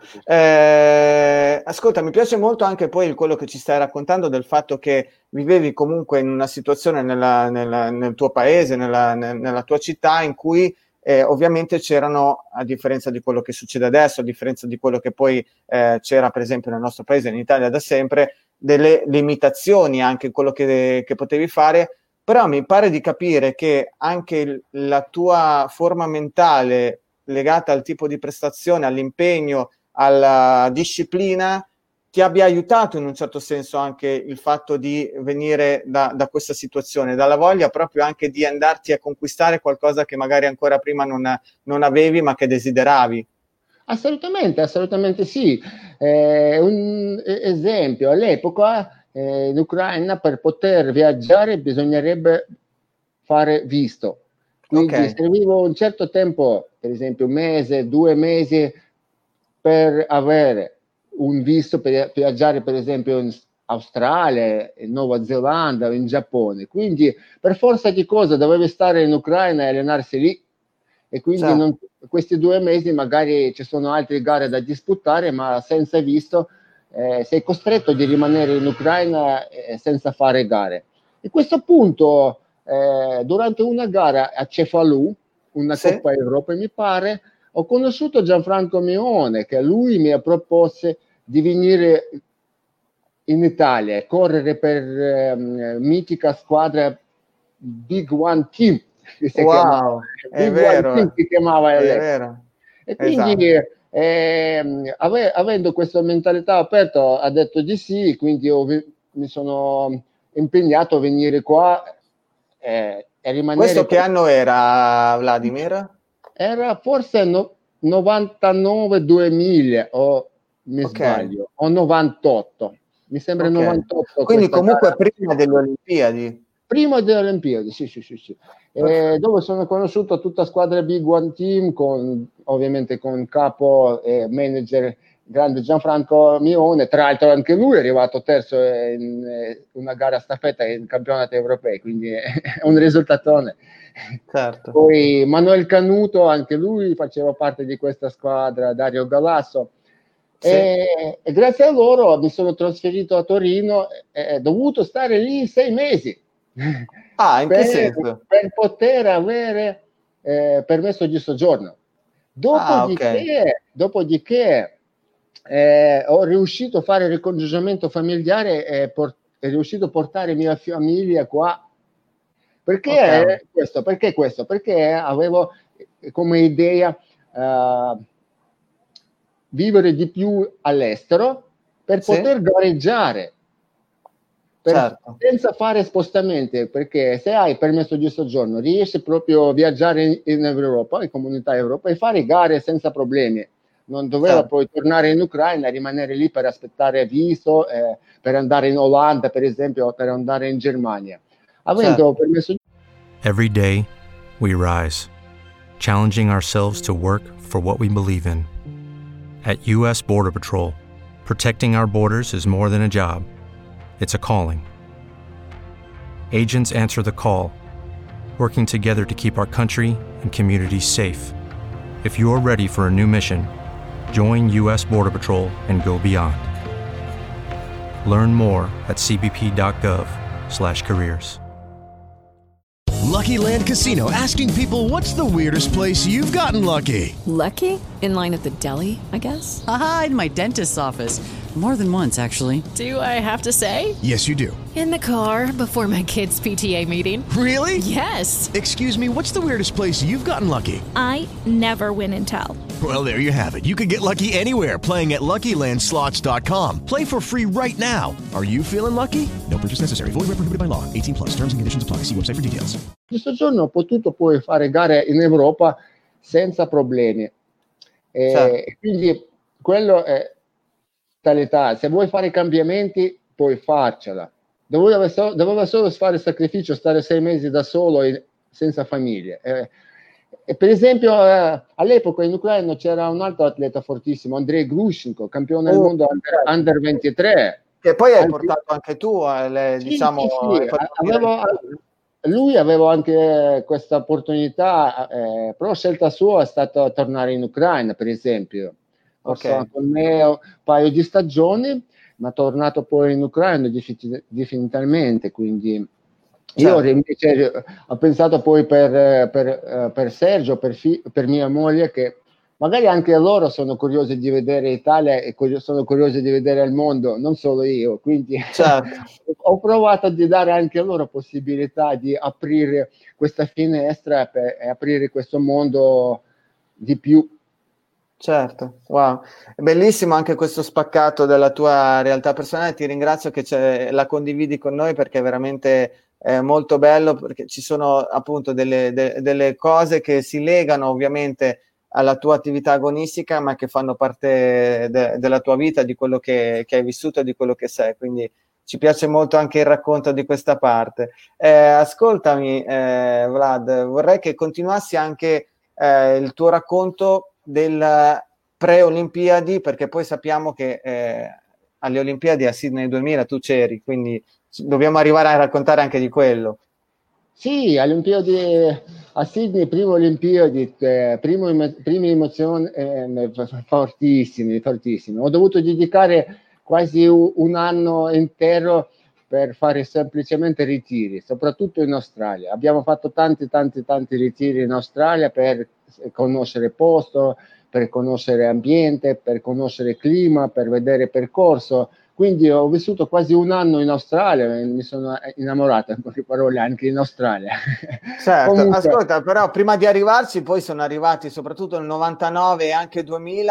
Eh, ascolta, mi piace molto anche poi quello che ci stai raccontando del fatto che vivevi comunque in una situazione nella, nella, nel tuo paese, nella, nella tua città, in cui Eh, ovviamente c'erano, a differenza di quello che succede adesso, a differenza di quello che poi eh, c'era per esempio nel nostro paese, in Italia da sempre, delle limitazioni anche in quello che, che potevi fare, però mi pare di capire che anche il, la tua forma mentale legata al tipo di prestazione, all'impegno, alla disciplina, ti abbia aiutato in un certo senso anche il fatto di venire da, da questa situazione, dalla voglia proprio anche di andarti a conquistare qualcosa che magari ancora prima non, non avevi ma che desideravi. Assolutamente, assolutamente sì. Eh, un esempio, all'epoca eh, in Ucraina per poter viaggiare bisognerebbe fare visto, quindi Okay. serviva un certo tempo, per esempio un mese, due mesi per avere un visto per viaggiare per esempio in Australia, in Nuova Zelanda o in Giappone, quindi per forza di cosa dovevi stare in Ucraina e allenarsi lì, e quindi Certo. non, questi due mesi magari ci sono altre gare da disputare, ma senza visto eh, sei costretto di rimanere in Ucraina eh, senza fare gare. E a questo punto eh, durante una gara a Cefalù, una Sì. Coppa Europa mi pare, ho conosciuto Gianfranco Mione, che lui mi ha proposto di venire in Italia e correre per eh, mitica squadra Big One Team, che si Wow, chiamava, è Big vero, One Team si chiamava è all'epoca. vero. E quindi Esatto. eh, ave- avendo questa mentalità aperta ha detto di sì, quindi ho, mi sono impegnato a venire qua eh, e rimanere. Questo che anno era, Vladimir? Era forse no, novantanove duemila o mi Ok. sbaglio, o novantotto, mi sembra Ok. novantotto. Quindi questa comunque gara. prima delle Olimpiadi. Prima delle Olimpiadi, sì, sì, sì, sì. Eh, dove sono conosciuto tutta squadra Big One Team, con, ovviamente con capo e manager grande Gianfranco Mione, tra l'altro anche lui è arrivato terzo in eh, una gara a staffetta in campionati europei, quindi è un risultatone. Certo. Poi Manuel Canuto, anche lui faceva parte di questa squadra, Dario Galasso. Sì. E, e grazie a loro mi sono trasferito a Torino e ho dovuto stare lì sei mesi. Ah, in per, che senso? per poter avere eh, permesso di soggiorno. Dopodiché, Ah, ok. dopodiché eh, ho riuscito a fare il ricongiungimento familiare e por- è riuscito a portare mia famiglia qua. Perché Ok. questo? Perché questo? Perché avevo come idea uh, vivere di più all'estero per Sì. poter gareggiare. Per, Certo. senza fare spostamenti, perché se hai permesso di soggiorno riesci proprio a viaggiare in, in Europa, in comunità Europa, e fare gare senza problemi. Non doveva Certo. poi tornare in Ucraina e rimanere lì per aspettare visto, eh, per andare in Olanda per esempio, o per andare in Germania. Avendo Certo. permesso. Every day, we rise, challenging ourselves to work for what we believe in. At U S Border Patrol, protecting our borders is more than a job. It's a calling. Agents answer the call, working together to keep our country and communities safe. If you're ready for a new mission, join U S Border Patrol and go beyond. Learn more at c b p dot gov slash careers. Lucky Land Casino, asking people, what's the weirdest place you've gotten lucky? Lucky? In line at the deli, I guess? Aha, in my dentist's office. More than once, actually. Do I have to say? Yes, you do. In the car before my kids' P T A meeting. Really? Yes. Excuse me, what's the weirdest place you've gotten lucky? I never win and tell. Well, there you have it. You can get lucky anywhere, playing at lucky land slots dot com. Play for free right now. Are you feeling lucky? No purchase necessary. Void where prohibited by law. eighteen plus. Terms and conditions apply. See website for details. Questo giorno ho potuto poi fare gare in Europa senza problemi. E Certo. quindi quello è talità. Se vuoi fare i cambiamenti, puoi farcela. Doveva solo, doveva solo fare il sacrificio, stare sei mesi da solo e senza famiglia. Eh, e per esempio, eh, all'epoca in Ucraina c'era un altro atleta fortissimo, Andrei Grushenko, campione del Oh, mondo under, under ventitré. Che poi hai Anche- portato anche tu, alle, Sì, diciamo, sì, sì, hai fatto avevo- lui aveva anche questa opportunità, eh, però scelta sua è stata tornare in Ucraina, per esempio. Forse Ok. con me un paio di stagioni, ma è tornato poi in Ucraina defini- definitivamente, quindi io Certo. invece ho pensato poi per, per, eh, per Sergio, per, fi- per mia moglie, che magari anche loro sono curiosi di vedere Italia e curio- sono curiosi di vedere il mondo, non solo io, quindi Certo. ho provato di dare anche a loro possibilità di aprire questa finestra per, e aprire questo mondo di più. Certo, wow, è bellissimo anche questo spaccato della tua realtà personale, ti ringrazio che c'è- la condividi con noi perché è veramente eh, molto bello, perché ci sono appunto delle, de- delle cose che si legano ovviamente alla tua attività agonistica, ma che fanno parte de- della tua vita, di quello che, che hai vissuto e di quello che sei, quindi ci piace molto anche il racconto di questa parte. Eh, ascoltami, eh, Vlad, vorrei che continuassi anche eh, il tuo racconto del pre-Olimpiadi, perché poi sappiamo che eh, alle Olimpiadi a Sydney duemila tu c'eri, quindi c- dobbiamo arrivare a raccontare anche di quello. Sì, alle Olimpiadi a Sydney, prime Olimpiadi, eh, primo emo- prime emozioni eh, f- fortissime, fortissime. Ho dovuto dedicare quasi u- un anno intero per fare semplicemente ritiri, soprattutto in Australia. Abbiamo fatto tanti, tanti, tanti ritiri in Australia per s- conoscere posto, per conoscere ambiente, per conoscere clima, per vedere percorso. Quindi ho vissuto quasi un anno in Australia e mi sono innamorato, in poche parole, anche in Australia. Certo, Comunque- ascolta, però prima di arrivarci poi sono arrivati soprattutto nel novantanove e anche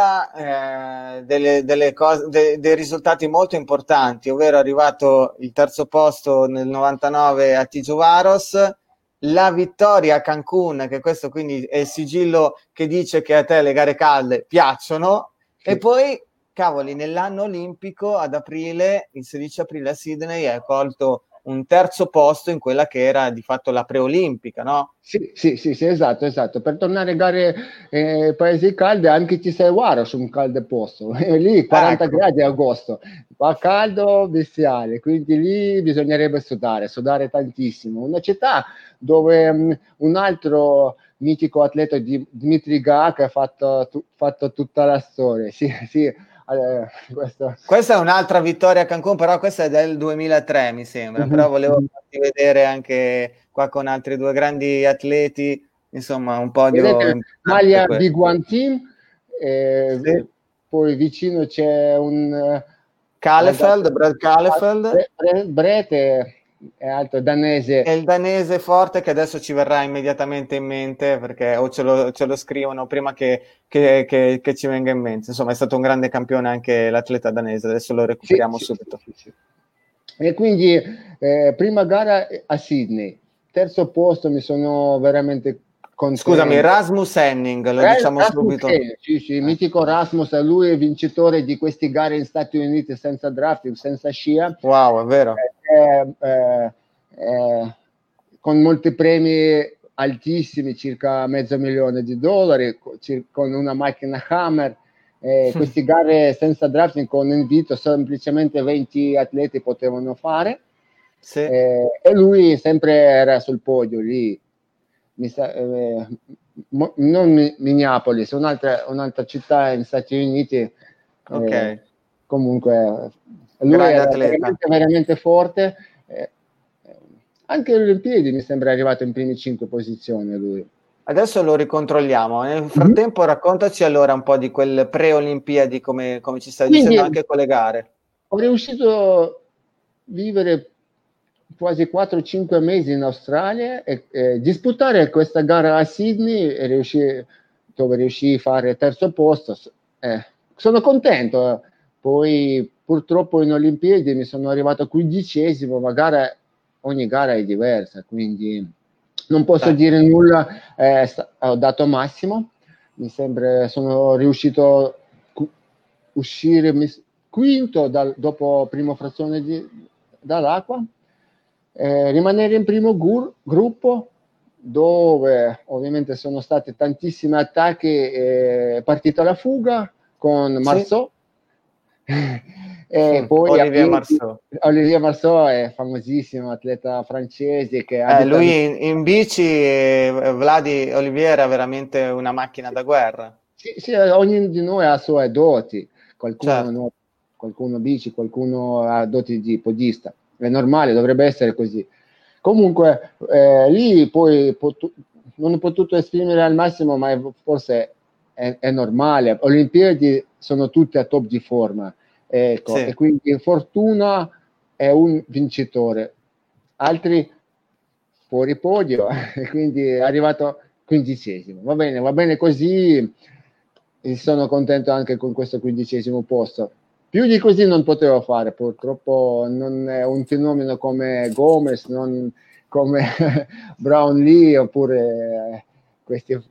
duemila eh, delle, delle cose, de- dei risultati molto importanti, ovvero è arrivato il terzo posto nel novantanove a Tijuvaros, la vittoria a Cancun, che questo quindi è il sigillo che dice che a te le gare calde piacciono, Sì. e poi, cavoli, nell'anno olimpico ad aprile, il sedici aprile a Sydney, hai colto un terzo posto in quella che era di fatto la preolimpica, no? Sì, sì, sì, sì, esatto, esatto. Per tornare a gare eh, paesi caldi, anche ci sei Waro su un caldo posto. Lì quaranta Ecco. gradi a agosto, fa caldo bestiale, quindi lì bisognerebbe sudare, sudare tantissimo. Una città dove mh, un altro mitico atleta di Dmitry Gak ha fatto, tu- fatto tutta la storia. Sì, sì, eh, questo. Questa è un'altra vittoria a Cancun, però questa è del duemilatré, mi sembra. Mhm. Però volevo farti vedere anche qua con altri due grandi atleti, insomma, un podio Vedete, importante maglia questo. Big One Team, eh, Sì. poi vicino c'è un eh, Kalefeld, Brad Kalefeld, Bre- Bre- Brett è, è altro danese. e il danese forte che adesso ci verrà immediatamente in mente perché o ce lo, ce lo scrivono prima che, che, che, che ci venga in mente. Insomma, è stato un grande campione anche l'atleta danese, adesso lo recuperiamo Sì, sì, subito. sì, sì, sì. E quindi eh, prima gara a Sydney, terzo posto, mi sono veramente contento. Scusami, Rasmus Henning, lo Eh, diciamo Rasmus subito. Henning, sì, sì, mitico Rasmus, lui è vincitore di queste gare in Stati Uniti senza drafting, senza scia. Wow, è vero. Eh, eh, eh, con molti premi altissimi, circa mezzo milione di dollari, co- cir- con una macchina Hammer. Eh, queste gare senza drafting con invito, semplicemente venti atleti potevano fare. Sì. Eh, e lui sempre era sul podio lì. Mi sa, eh, mo, non Minneapolis, un'altra, un'altra città negli Stati Uniti. Eh, Ok. Comunque lui Grande era atleta. veramente, veramente forte. Eh, anche alle Olimpiadi mi sembra arrivato in prime cinque posizioni lui. Adesso lo ricontrolliamo. Nel frattempo, mm-hmm. raccontaci allora un po' di quel pre-Olimpiadi, come, come ci stai Quindi, dicendo anche con le gare. Ho riuscito a vivere quasi quattro cinque mesi in Australia e eh, disputare questa gara a Sydney e riuscì, dove riuscì a fare terzo posto. Eh, sono contento. Poi purtroppo in Olimpiadi mi sono arrivato quindicesimo, ma gara, ogni gara è diversa, quindi non posso eh. dire nulla. Eh, ho dato massimo, mi sembra, sono riuscito a cu- uscire quinto dal, dopo prima frazione di, dall'acqua. Eh, rimanere in primo gur- gruppo, dove ovviamente sono stati tantissimi attacchi, eh, partita la fuga con Marceau. Sì. E mm, poi Olivier Marceau. Olivier Marceau è famosissimo atleta francese che eh, lui in, in bici, eh, Vladi Olivier era veramente una macchina da guerra. Sì, sì, ognuno di noi ha sue doti, qualcuno, certo. no, qualcuno bici, qualcuno ha doti di podista. È normale, dovrebbe essere così. Comunque eh, lì poi potu- non ho potuto esprimere al massimo, ma è, forse è, è normale. Olimpiadi sono tutte a top di forma, ecco, sì. E quindi fortuna è un vincitore, altri fuori podio, e quindi è arrivato quindicesimo. Va bene, va bene così, e sono contento anche con questo quindicesimo posto. Più di così non potevo fare, purtroppo non è un fenomeno come Gomez, non come Brownlee oppure questi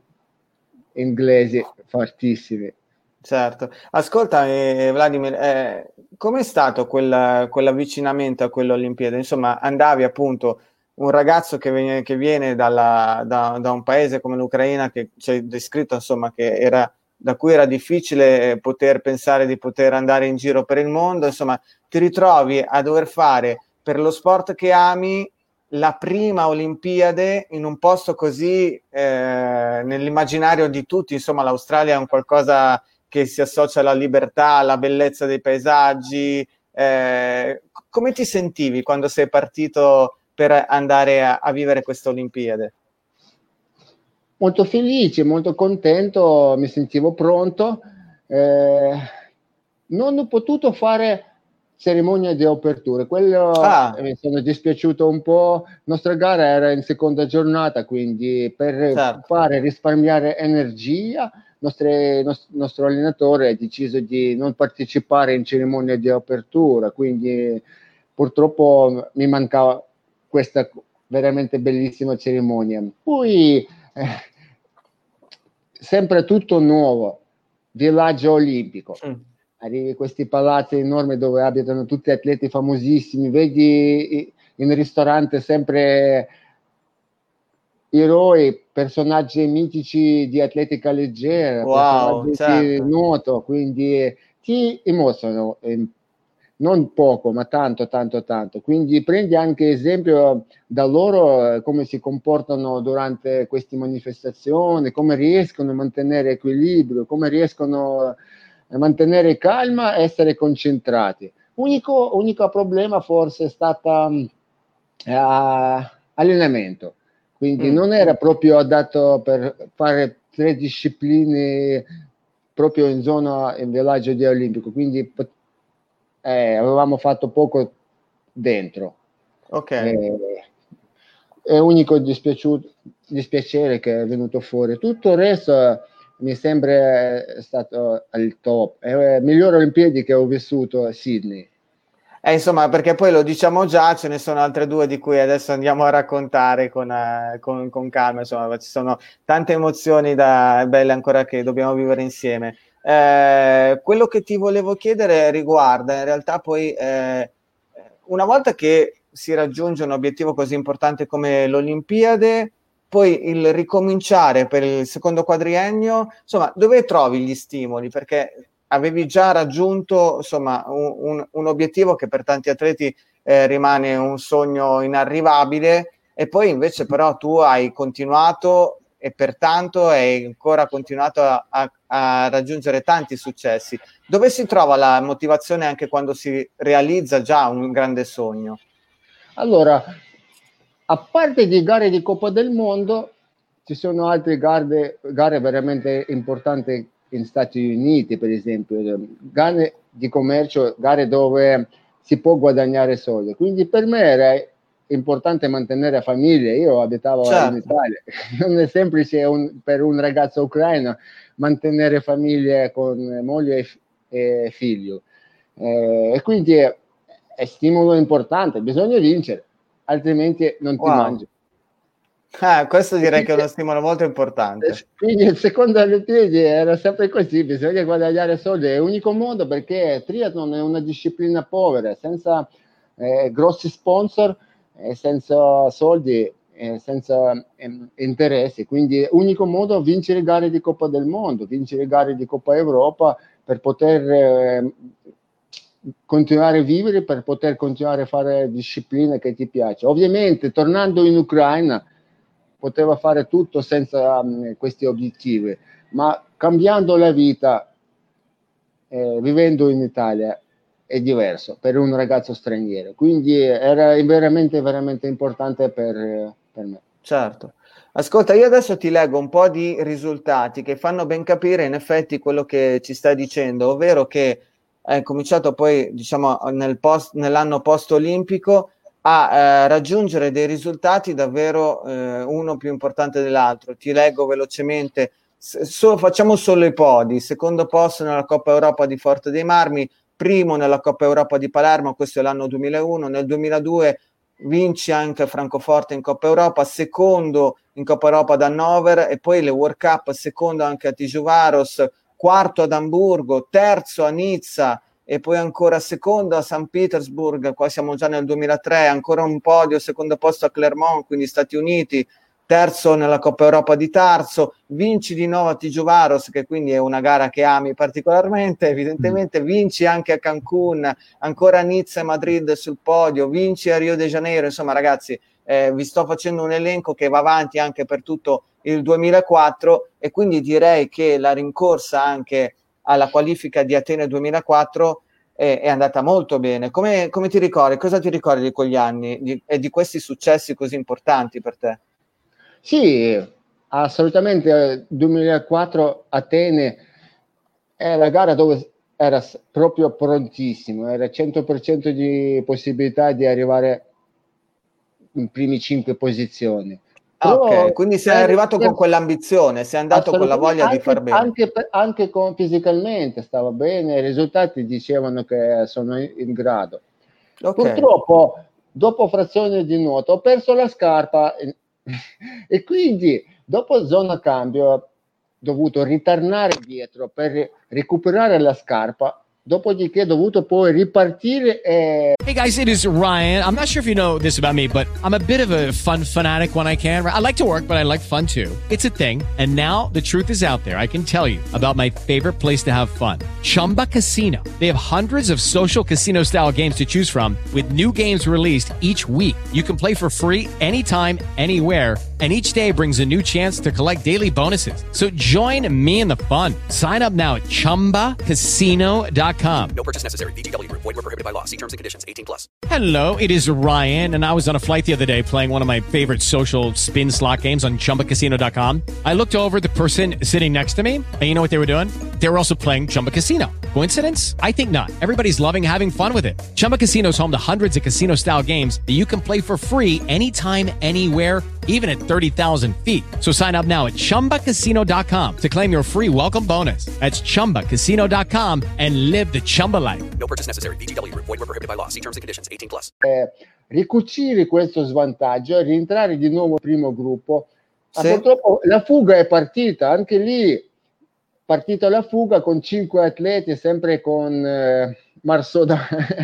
inglesi fortissimi. Certo. Ascolta, eh, Vladimir, eh, com'è stato quel, quell'avvicinamento a quell'Olimpiade? Insomma, andavi appunto un ragazzo che viene, che viene dalla, da, da un paese come l'Ucraina, che ci hai descritto, insomma, che era... da cui era difficile poter pensare di poter andare in giro per il mondo, insomma, ti ritrovi a dover fare per lo sport che ami la prima Olimpiade in un posto così eh, nell'immaginario di tutti. Insomma, l'Australia è un qualcosa che si associa alla libertà, alla bellezza dei paesaggi. Eh, come ti sentivi quando sei partito per andare a, a vivere questa Olimpiade? Molto felice, molto contento, mi sentivo pronto. Eh, non ho potuto fare cerimonia di apertura, quello ah. mi sono dispiaciuto un po'. La nostra gara era in seconda giornata, quindi per certo. fare risparmiare energia, nostre, nost- nostro allenatore ha deciso di non partecipare in cerimonia di apertura, quindi purtroppo mi mancava questa veramente bellissima cerimonia. Poi Eh, sempre tutto nuovo, villaggio olimpico, mm. arrivi questi palazzi enormi dove abitano tutti atleti famosissimi, vedi in ristorante sempre eroi, personaggi mitici di atletica leggera, wow, personaggi certo. di nuoto, quindi ti emozionano eh, non poco, ma tanto, tanto, tanto. Quindi prendi anche esempio da loro eh, come si comportano durante queste manifestazioni, come riescono a mantenere equilibrio, come riescono a mantenere calma e essere concentrati. Unico, unico problema forse è stato eh, allenamento, quindi mm. non era proprio adatto per fare tre discipline proprio in zona, in villaggio di olimpico, quindi Eh, avevamo fatto poco dentro. Ok. Eh, è unico dispiaciuto, dispiacere che è venuto fuori. Tutto il resto mi sembra stato al top. È la migliore Olimpiadi che ho vissuto a Sydney. Eh, insomma, perché poi lo diciamo già, ce ne sono altre due di cui adesso andiamo a raccontare con, uh, con, con calma. Insomma, ci sono tante emozioni da, belle ancora che dobbiamo vivere insieme. Eh, quello che ti volevo chiedere riguarda in realtà poi eh, una volta che si raggiunge un obiettivo così importante come l'Olimpiade, poi il ricominciare per il secondo quadriennio, insomma, dove trovi gli stimoli? Perché avevi già raggiunto insomma un, un, un obiettivo che per tanti atleti eh, rimane un sogno inarrivabile, e poi invece però tu hai continuato e pertanto hai ancora continuato a, a, a raggiungere tanti successi. Dove si trova la motivazione anche quando si realizza già un grande sogno? Allora, a parte di gare di Coppa del Mondo, ci sono altre gare, gare veramente importanti in Stati Uniti, per esempio, gare di commercio, gare dove si può guadagnare soldi. Quindi per me era importante mantenere famiglia. Io abitavo certo. in Italia, non è semplice un, per un ragazzo ucraino mantenere famiglia con moglie e, e figlio, eh, e quindi è, è stimolo importante, bisogna vincere, altrimenti non ti wow. mangi. Ah, questo direi che è uno stimolo molto importante. Quindi il secondo Olimpiadi era sempre così, bisogna guadagnare soldi, è l'unico modo, perché triathlon è una disciplina povera, senza eh, grossi sponsor, eh, senza soldi, eh, senza eh, interessi, quindi l'unico modo è vincere gare di Coppa del Mondo, vincere gare di Coppa Europa per poter eh, continuare a vivere, per poter continuare a fare discipline che ti piacciono. Ovviamente tornando in Ucraina poteva fare tutto senza um, questi obiettivi, ma cambiando la vita, eh, vivendo in Italia, è diverso per un ragazzo straniero, quindi era veramente veramente importante per, per me. Certo. Ascolta, io adesso ti leggo un po' di risultati che fanno ben capire in effetti quello che ci stai dicendo, ovvero che hai cominciato poi, diciamo, nel post, nell'anno post-olimpico a eh, raggiungere dei risultati davvero eh, uno più importante dell'altro. Ti leggo velocemente, so, facciamo solo i podi: secondo posto nella Coppa Europa di Forte dei Marmi, primo nella Coppa Europa di Palermo, questo è l'anno duemilauno, nel duemiladue vinci anche Francoforte in Coppa Europa, secondo in Coppa Europa ad Hannover, e poi le World Cup, secondo anche a Tijuvaros, quarto ad Amburgo, terzo a Nizza, e poi ancora secondo a San Petersburg, qua siamo già nel duemilatré, ancora un podio, secondo posto a Clermont, quindi Stati Uniti, terzo nella Coppa Europa di Tarso, vinci di nuovo a Tijuvaros, che quindi è una gara che ami particolarmente, evidentemente, vinci anche a Cancun, ancora a Nizza e Madrid sul podio, vinci a Rio de Janeiro, insomma ragazzi, eh, vi sto facendo un elenco che va avanti anche per tutto il duemilaquattro, e quindi direi che la rincorsa anche alla qualifica di Atene duemilaquattro è, è andata molto bene. Come, come ti ricordi? Cosa ti ricordi di quegli anni di, e di questi successi così importanti per te? Sì, assolutamente. duemilaquattro Atene è la gara dove era proprio prontissimo, era cento per cento di possibilità di arrivare in primi cinque posizioni. Ah, ok, quindi sei per, arrivato per, con quell'ambizione, sei andato con la voglia anche, di far bene. Anche, anche con, fisicamente stava bene, i risultati dicevano che sono in, in grado. Okay. Purtroppo, dopo frazione di nuoto, ho perso la scarpa e, e quindi dopo zona cambio ho dovuto ritornare dietro per recuperare la scarpa. Dopodiché ho dovuto poi ripartire e... Hey guys, it is Ryan. I'm not sure if you know this about me, but I'm a bit of a fun fanatic when I can. I like to work, but I like fun too. It's a thing. And now the truth is out there. I can tell you about my favorite place to have fun. Chumba Casino. They have hundreds of social casino style games to choose from with new games released each week. You can play for free anytime, anywhere. And each day brings a new chance to collect daily bonuses. So join me in the fun. Sign up now at chumba casino dot com. No purchase necessary. V G W Group. Void where prohibited by law. See terms and conditions. eighteen plus. Hello, it is Ryan, and I was on a flight the other day playing one of my favorite social spin slot games on chumba casino dot com. I looked over at the person sitting next to me, and you know what they were doing? They were also playing Chumba Casino. Coincidence? I think not. Everybody's loving having fun with it. Chumba Casino is home to hundreds of casino-style games that you can play for free anytime, anywhere, even at thirty thousand feet. So sign up now at chumba casino dot com to claim your free welcome bonus. That's chumba casino dot com and live the Chumba life. No purchase necessary. V G W Group. Void where prohibited by law. See terms and conditions. eighteen plus. Eh, ricucire questo svantaggio e rientrare di nuovo primo gruppo. Sì. Ma purtroppo la fuga è partita, anche lì partita la fuga con cinque atleti, sempre con eh, Marsoda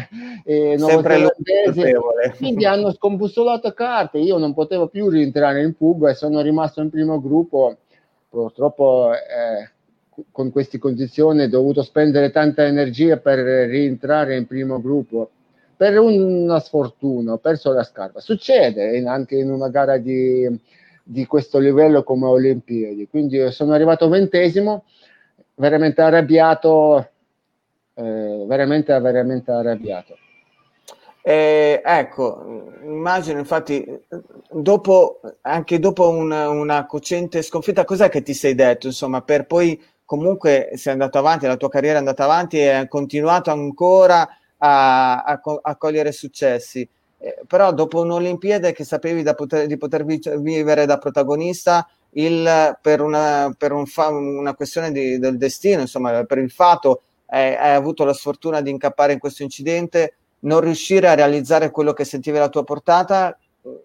e neozelandesi, quindi hanno scombussolato carte. Io non potevo più rientrare in fuga e sono rimasto in primo gruppo. Purtroppo eh, con queste condizioni ho dovuto spendere tanta energia per rientrare in primo gruppo. Per una sfortuna ho perso la scarpa. Succede in, anche in una gara di, di questo livello come Olimpiadi. Quindi sono arrivato ventesimo, veramente arrabbiato, eh, veramente, veramente arrabbiato. Eh, ecco, immagino infatti, dopo, anche dopo una, una cocente sconfitta, cos'è che ti sei detto? Insomma, per poi comunque sei andato avanti, la tua carriera è andata avanti e hai continuato ancora A, a, a cogliere successi, eh, però dopo un'Olimpiade che sapevi da poter, di poter vivere da protagonista, il, per, una, per un fa, una questione di, del destino, insomma, per il fatto eh, hai avuto la sfortuna di incappare in questo incidente, non riuscire a realizzare quello che sentivi alla tua portata,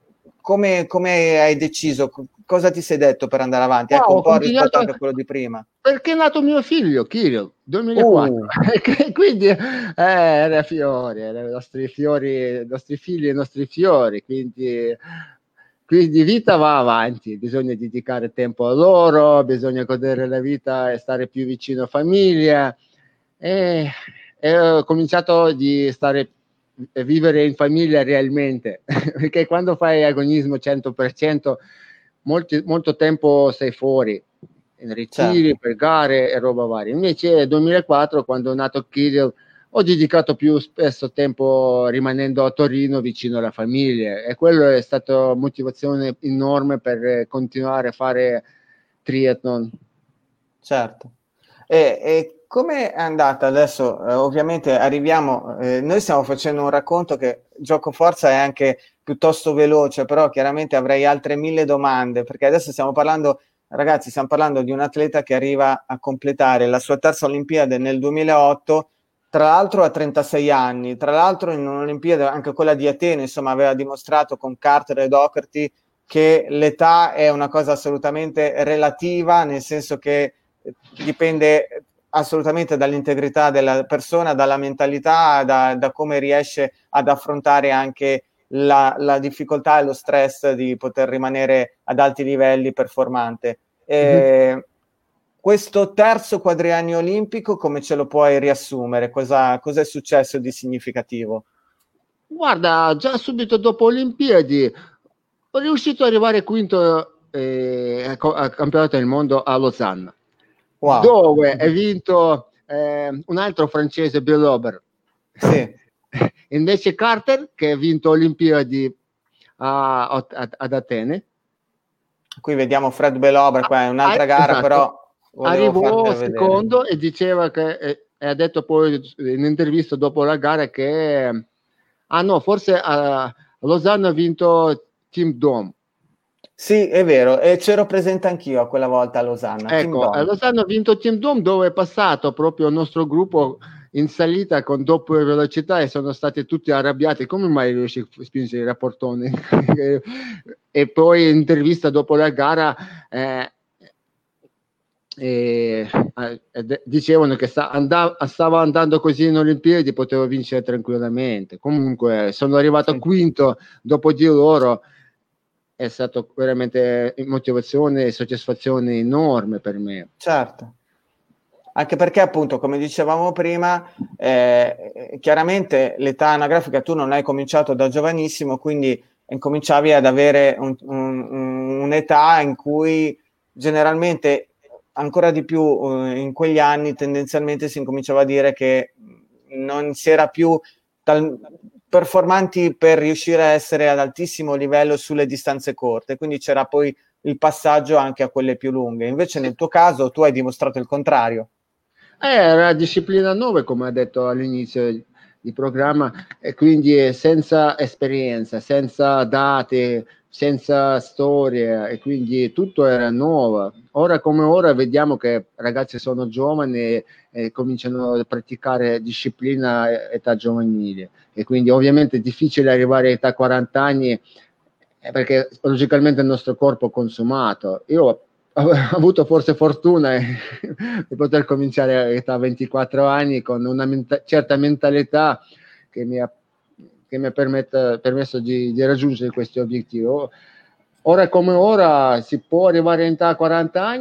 come, come hai deciso? Cosa ti sei detto per andare avanti? No, ecco, un po' rispetto a... anche a quello di prima. Perché è nato mio figlio, Kirill, duemilaquattro. Uh. Quindi eh, era fiori, erano i nostri fiori, i nostri figli e i nostri fiori, quindi, quindi vita va avanti, bisogna dedicare tempo a loro, bisogna godere la vita e stare più vicino a famiglia. E, e ho cominciato a stare vivere in famiglia realmente, perché quando fai agonismo cento per cento molti, molto tempo sei fuori in ritiri, certo, per gare e roba varia. Invece nel duemilaquattro, quando è nato Kirill, ho dedicato più spesso tempo rimanendo a Torino vicino alla famiglia, e quello è stata motivazione enorme per continuare a fare triathlon. Certo. E, e come è andata adesso? Eh, ovviamente arriviamo, eh, noi stiamo facendo un racconto che gioco forza è anche piuttosto veloce, però chiaramente avrei altre mille domande, perché adesso stiamo parlando, ragazzi, stiamo parlando di un atleta che arriva a completare la sua terza Olimpiade nel duemilaotto, tra l'altro a trentasei anni, tra l'altro in un'Olimpiade, anche quella di Atene, insomma, aveva dimostrato con Carter e Doherty che l'età è una cosa assolutamente relativa, nel senso che dipende assolutamente dall'integrità della persona, dalla mentalità, da, da come riesce ad affrontare anche la, la difficoltà e lo stress di poter rimanere ad alti livelli performante. E, mm-hmm. Questo terzo quadriennio olimpico come ce lo puoi riassumere? Cosa, cosa è successo di significativo? Guarda, già subito dopo Olimpiadi ho riuscito ad arrivare quinto eh, al campionato del mondo a Losanna. Wow. Dove hai vinto eh, un altro francese, Bill Ober. Sì. Invece Carter, che ha vinto Olimpiadi a, a, ad Atene. Qui vediamo Fred Belober, qua è un'altra ah, gara, esatto. Però arrivò secondo e diceva che, e, e ha detto poi in intervista dopo la gara che ah no, forse a Losanna ha vinto Team Dome. Sì, è vero, e c'ero presente anch'io a quella volta a Losanna. Ecco, a Losanna ha vinto Team Dome, dove è passato proprio il nostro gruppo in salita con doppia velocità e sono stati tutti arrabbiati. Come mai riesci a spingere i rapportoni? E poi in intervista dopo la gara eh, eh, eh, dicevano che sta, andava, stava andando così in Olimpiadi, potevo vincere tranquillamente. Comunque sono arrivato sì. quinto dopo di loro. È stato veramente motivazione e soddisfazione enorme per me. Certo, anche perché appunto, come dicevamo prima, eh, chiaramente l'età anagrafica tu non hai cominciato da giovanissimo, quindi incominciavi ad avere un, un, un'età in cui generalmente ancora di più uh, in quegli anni tendenzialmente si incominciava a dire che non si era più tal- performanti per riuscire a essere ad altissimo livello sulle distanze corte, quindi c'era poi il passaggio anche a quelle più lunghe. Invece nel tuo caso tu hai dimostrato il contrario. Eh, era disciplina nove, come ha detto all'inizio di programma, e quindi senza esperienza, senza date, senza storia, e quindi tutto era nuovo. Ora come ora vediamo che ragazzi sono giovani e, e cominciano a praticare disciplina a età giovanile, e quindi ovviamente è difficile arrivare a età quaranta anni eh, perché logicamente il nostro corpo è consumato. Io ho avuto forse fortuna eh, di poter cominciare a età ventiquattro anni con una menta- certa mentalità che mi ha, che mi ha permetta, permesso di, di raggiungere questi obiettivi. Ora come ora si può arrivare in età quaranta anni,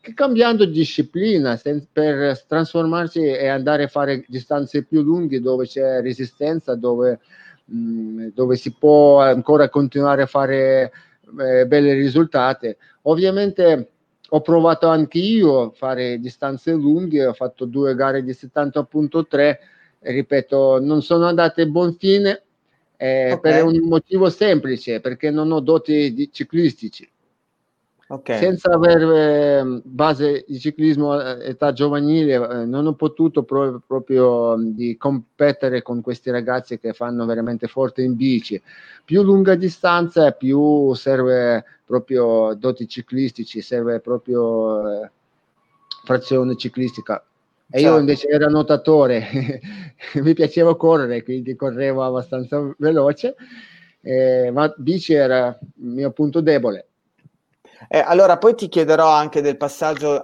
cambiando disciplina sen- per trasformarsi e andare a fare distanze più lunghe dove c'è resistenza, dove, mh, dove si può ancora continuare a fare eh, belli risultati. Ovviamente ho provato anche io a fare distanze lunghe, ho fatto due gare di settanta virgola tre, e ripeto, non sono andate a buon fine eh, Ok. per un motivo semplice, perché non ho doti di ciclistici. Ok. Senza avere eh, base di ciclismo a età giovanile, eh, non ho potuto pro- proprio mh, di competere con questi ragazzi che fanno veramente forte in bici. Più lunga distanza, più serve proprio doti ciclistici, serve proprio eh, frazione ciclistica. E io Certo. invece ero nuotatore, mi piaceva correre, quindi correvo abbastanza veloce, eh, ma bici era il mio punto debole. Eh, allora, poi ti chiederò anche del passaggio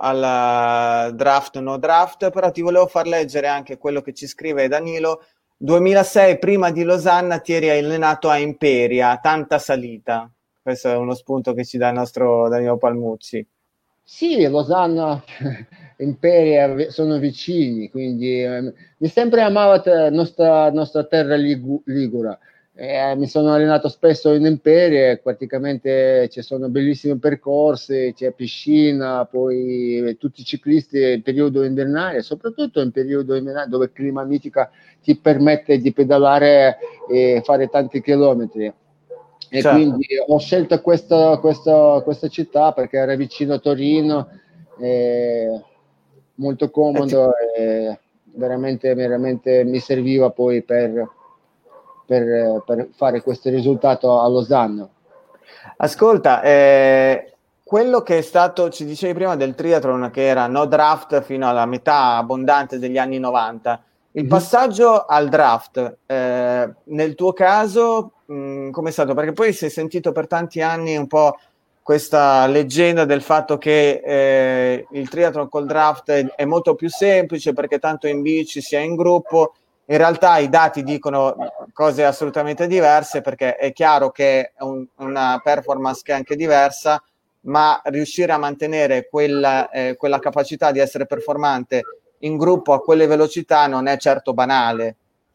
al draft no draft, però ti volevo far leggere anche quello che ci scrive Danilo. duemilasei, prima di Losanna, ti eri allenato a Imperia, tanta salita. Questo è uno spunto che ci dà il nostro Danilo Palmucci. Sì, Losanna e Imperia sono vicini, quindi eh, mi sempre amata nostra, nostra terra ligu- ligura. Eh, mi sono allenato spesso in Imperia, praticamente ci sono bellissimi percorsi, c'è piscina, poi tutti i ciclisti in periodo invernale, soprattutto in periodo invernale dove il clima mitica ti permette di pedalare e fare tanti chilometri. E Certo. quindi ho scelto questa, questa, questa città perché era vicino a Torino, eh, molto comodo e veramente, veramente mi serviva poi per, per, per fare questo risultato a Losanna. Ascolta, eh, quello che è stato, ci dicevi prima del triathlon, che era no draft fino alla metà abbondante degli anni novanta, il Mhm. passaggio al draft, eh, nel tuo caso, mh, com'è stato? Perché poi si è sentito per tanti anni un po' questa leggenda del fatto che eh, il triathlon col draft è, è molto più semplice perché tanto in bici sia in gruppo. In realtà i dati dicono cose assolutamente diverse, perché è chiaro che è un, una performance che è anche diversa, ma riuscire a mantenere quella, eh, quella capacità di essere performante in gruppo a quelle velocità non è certo banale.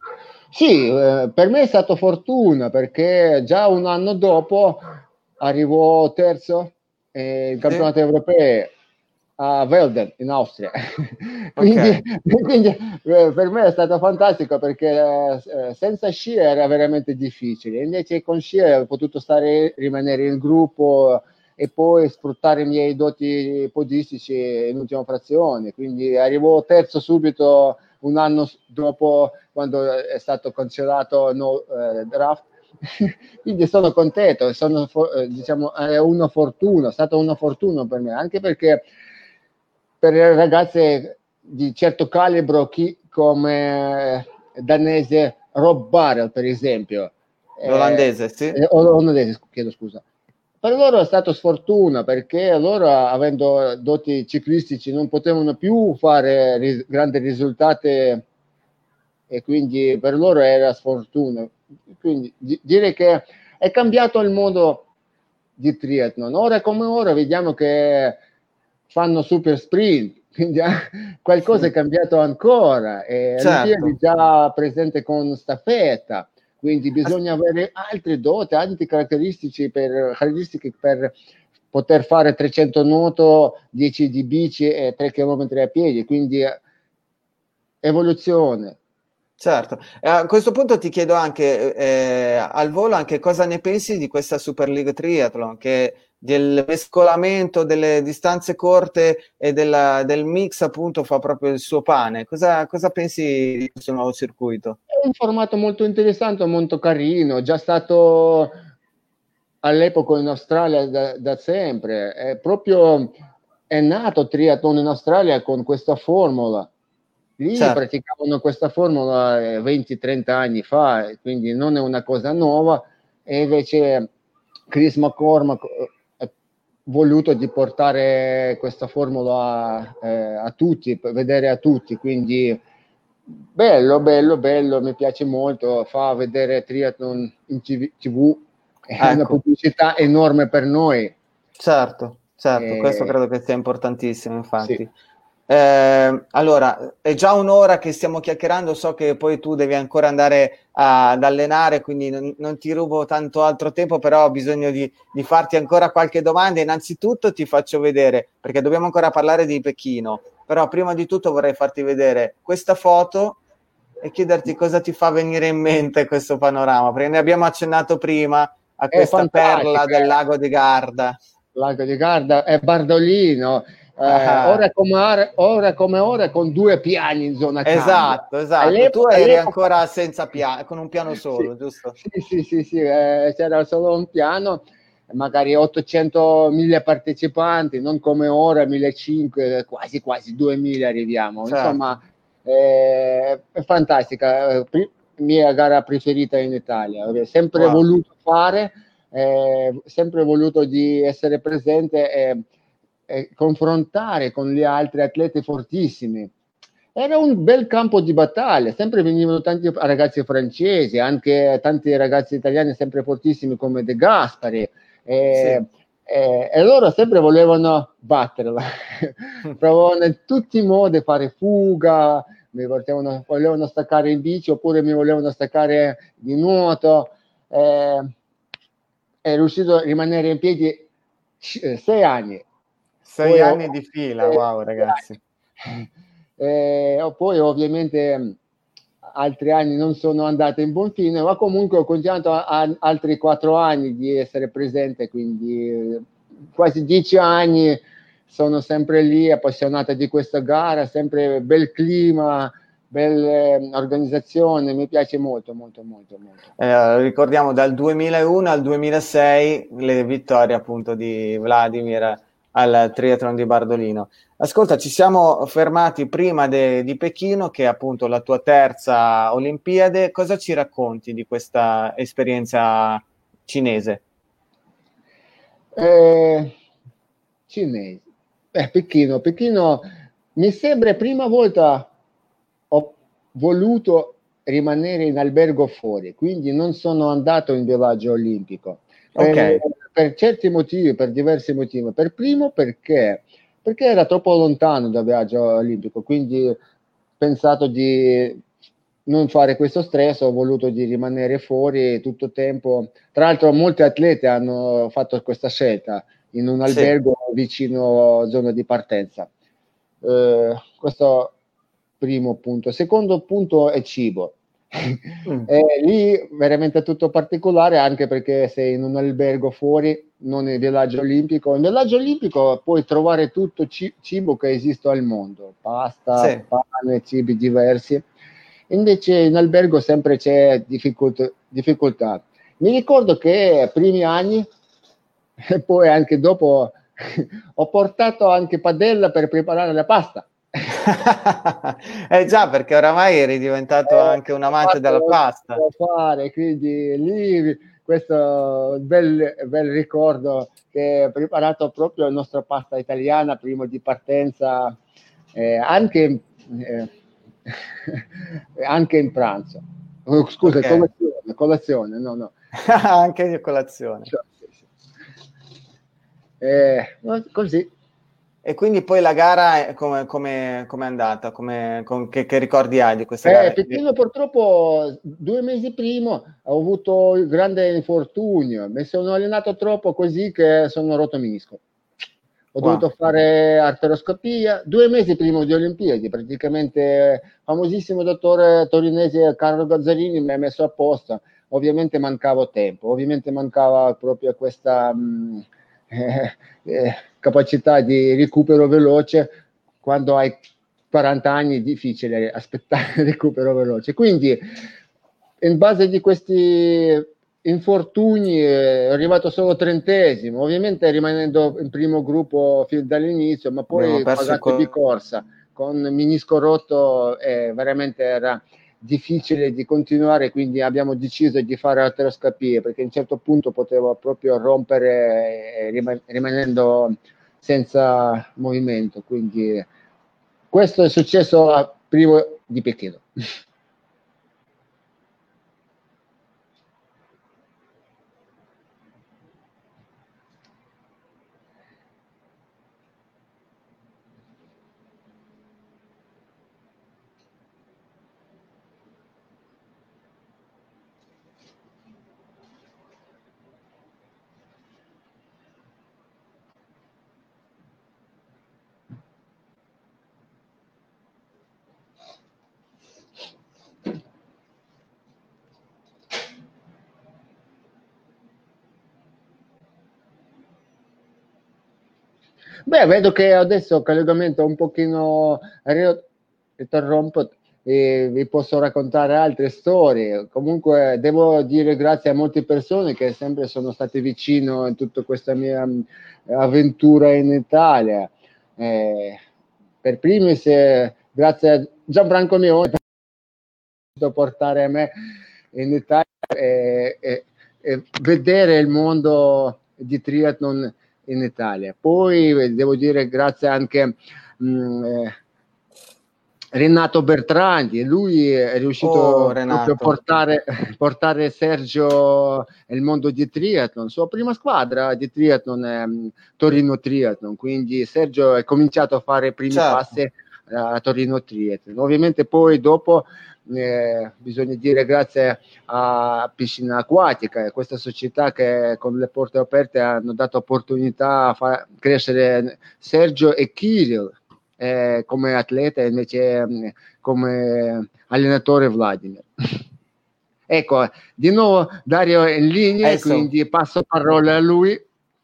Sì, eh, per me è stato fortuna perché già un anno dopo arrivò terzo eh, il campionato europeo a Velden in Austria. quindi, Ok. quindi eh, per me è stato fantastico perché eh, senza sci era veramente difficile, invece con sci ho potuto stare, rimanere in gruppo e poi sfruttare i miei doti podistici in ultima frazione, quindi arrivò terzo subito un anno dopo quando è stato cancellato no eh, draft. Quindi sono contento, sono, eh, diciamo, è una fortuna, è stata una fortuna per me, anche perché per ragazze di certo calibro chi, come danese Rob Barrel per esempio, L'olandese, sì. eh, olandese, chiedo scusa, per loro è stata sfortuna perché loro, avendo doti ciclistici, non potevano più fare ris- grandi risultati e quindi per loro era sfortuna. Quindi di- dire che è cambiato il modo di triathlon. Ora come ora vediamo che fanno super sprint, quindi qualcosa è cambiato ancora. E Certo. Olimpiadi già presente con staffetta, quindi bisogna avere altre doti, altre caratteristiche per, caratteristiche per poter fare trecento nuoto, dieci di bici e tre chilometri a piedi, quindi evoluzione. Certo, e a questo punto ti chiedo anche eh, al volo anche cosa ne pensi di questa Super League Triathlon, che del mescolamento delle distanze corte e della, del mix appunto fa proprio il suo pane. Cosa, cosa pensi di questo nuovo circuito? È un formato molto interessante, molto carino, già stato all'epoca in Australia da, da sempre, è proprio è nato triathlon in Australia con questa formula. Lì Certo. praticavano questa formula venti trenta anni fa, quindi non è una cosa nuova, e invece Chris McCormack ha voluto di portare questa formula a, eh, a tutti, per vedere a tutti, quindi bello, bello, bello, mi piace molto, fa vedere triathlon in tivù, è una Ecco. pubblicità enorme per noi. Certo. Certo, Eh, questo credo che sia importantissimo, infatti. sì. Eh, allora, è già un'ora che stiamo chiacchierando, so che poi tu devi ancora andare a- ad allenare, quindi non, non ti rubo tanto altro tempo, però ho bisogno di, di farti ancora qualche domanda. Innanzitutto ti faccio vedere, perché dobbiamo ancora parlare di Pechino, però prima di tutto vorrei farti vedere questa foto e chiederti cosa ti fa venire in mente questo panorama, perché ne abbiamo accennato prima a È questa perla fantastica, del lago di Garda. Lago di Garda, è Bardolino, eh, Ah, ora, come ora, ora come ora con due piani in zona cambio. esatto, esatto. Tu All'epoca, eri all'epoca ancora senza piano, con un piano sì, solo, giusto? sì, sì, sì, sì, eh, c'era solo un piano, magari ottocentomila partecipanti, non come ora millecinquecento, quasi quasi duemila arriviamo. Insomma, Certo. eh, è fantastica, eh, pri- mia gara preferita in Italia. Ho sempre Wow. voluto fare, eh, sempre voluto di essere presente e, e confrontare con gli altri atleti fortissimi. Era un bel campo di battaglia, sempre venivano tanti ragazzi francesi, anche tanti ragazzi italiani sempre fortissimi come De Gaspari, Sì. e, e, e loro sempre volevano batterla, provavano in tutti i modi a fare fuga, mi volevano, volevano staccare in bici oppure mi volevano staccare di nuoto. Eh, è riuscito a rimanere in piedi eh, sei anni. Sei Poi, anni di fila, wow, ragazzi. eh, poi ovviamente altri anni non sono andate in buon fine, ma comunque ho continuato a, a altri quattro anni di essere presente, quindi eh, quasi dieci anni sono sempre lì, appassionata di questa gara, sempre bel clima, bella organizzazione, mi piace molto, molto, molto, molto. Eh, ricordiamo dal duemilauno al duemilasei le vittorie appunto di Vladimir al triathlon di Bardolino. Ascolta, ci siamo fermati prima de, di Pechino, che è appunto la tua terza Olimpiade. Cosa ci racconti di questa esperienza cinese? Eh, cinesi. Eh, Pechino, Pechino mi sembra prima volta ho voluto rimanere in albergo fuori, quindi non sono andato in villaggio olimpico per, Ok, per certi motivi, per diversi motivi. Per primo perché, perché era troppo lontano dal viaggio olimpico, quindi ho pensato di non fare questo stress, ho voluto di rimanere fuori tutto il tempo. Tra l'altro molti atleti hanno fatto questa scelta in un sì. albergo vicino alla zona di partenza. Eh, questo primo punto. Secondo punto è cibo. Mm. Eh, lì veramente tutto particolare, anche perché sei in un albergo fuori, non in villaggio olimpico. In villaggio olimpico puoi trovare tutto ci- cibo che esiste al mondo, pasta, Sì. pane, cibi diversi. Invece in albergo sempre c'è difficult- difficoltà. Mi ricordo che ai primi anni e poi anche dopo ho portato anche padella per preparare la pasta. Eh già, perché oramai eri diventato Eh, anche un la amante pasta della non si pasta. può fare, quindi lì questo è un bel, bel ricordo che ho preparato proprio la nostra pasta italiana prima di partenza, eh, anche, eh, anche in pranzo. Oh, scusa, Ok, colazione, colazione, no, no. anche di colazione. Sì, sì. Eh, così. E quindi poi la gara è come, come, come è andata? Come, con, che, che ricordi hai di questa Eh, gara? Pechino purtroppo due mesi prima ho avuto il grande infortunio, mi sono allenato troppo così che sono rotto menisco. Ho Wow. dovuto fare arteroscopia due mesi prima di Olimpiadi, praticamente il famosissimo dottore torinese Carlo Gazzarini mi ha messo a posto, ovviamente mancavo tempo, ovviamente mancava proprio questa mh, eh, eh, capacità di recupero veloce. Quando hai quaranta anni è difficile aspettare il recupero veloce, quindi in base di questi infortuni è arrivato solo trentesimo, ovviamente rimanendo in primo gruppo fin dall'inizio, ma Abbiamo poi perso il pagato di co- corsa con menisco rotto, eh, veramente era difficile di continuare, quindi abbiamo deciso di fare arteroscopie perché a un certo punto potevo proprio rompere eh, riman- rimanendo senza movimento, quindi questo è successo a primo di Pechino. Beh, vedo che adesso il collegamento è un pochino interrompo e vi posso raccontare altre storie. Comunque devo dire grazie a molte persone che sempre sono state vicino in tutta questa mia avventura in Italia. Eh, per primis, eh, grazie a Gianfranco Meone per portare me in Italia e, e, e vedere il mondo di triathlon in Italia. Poi devo dire grazie anche mh, eh, Renato Bertrandi, lui è riuscito Oh, proprio a portare, portare Sergio nel mondo di triathlon. Sua prima squadra di triathlon è um, Torino Triathlon, quindi Sergio è cominciato a fare i primi certo. passi a Torino Triathlon. Ovviamente poi dopo eh, bisogna dire grazie a Piscina Acquatica, questa società che con le porte aperte hanno dato opportunità a far crescere Sergio e Kirill. Eh, come atleta e invece mh, come allenatore Vladimir. Ecco, di nuovo Dario è in linea, Adesso. quindi passo parola a lui.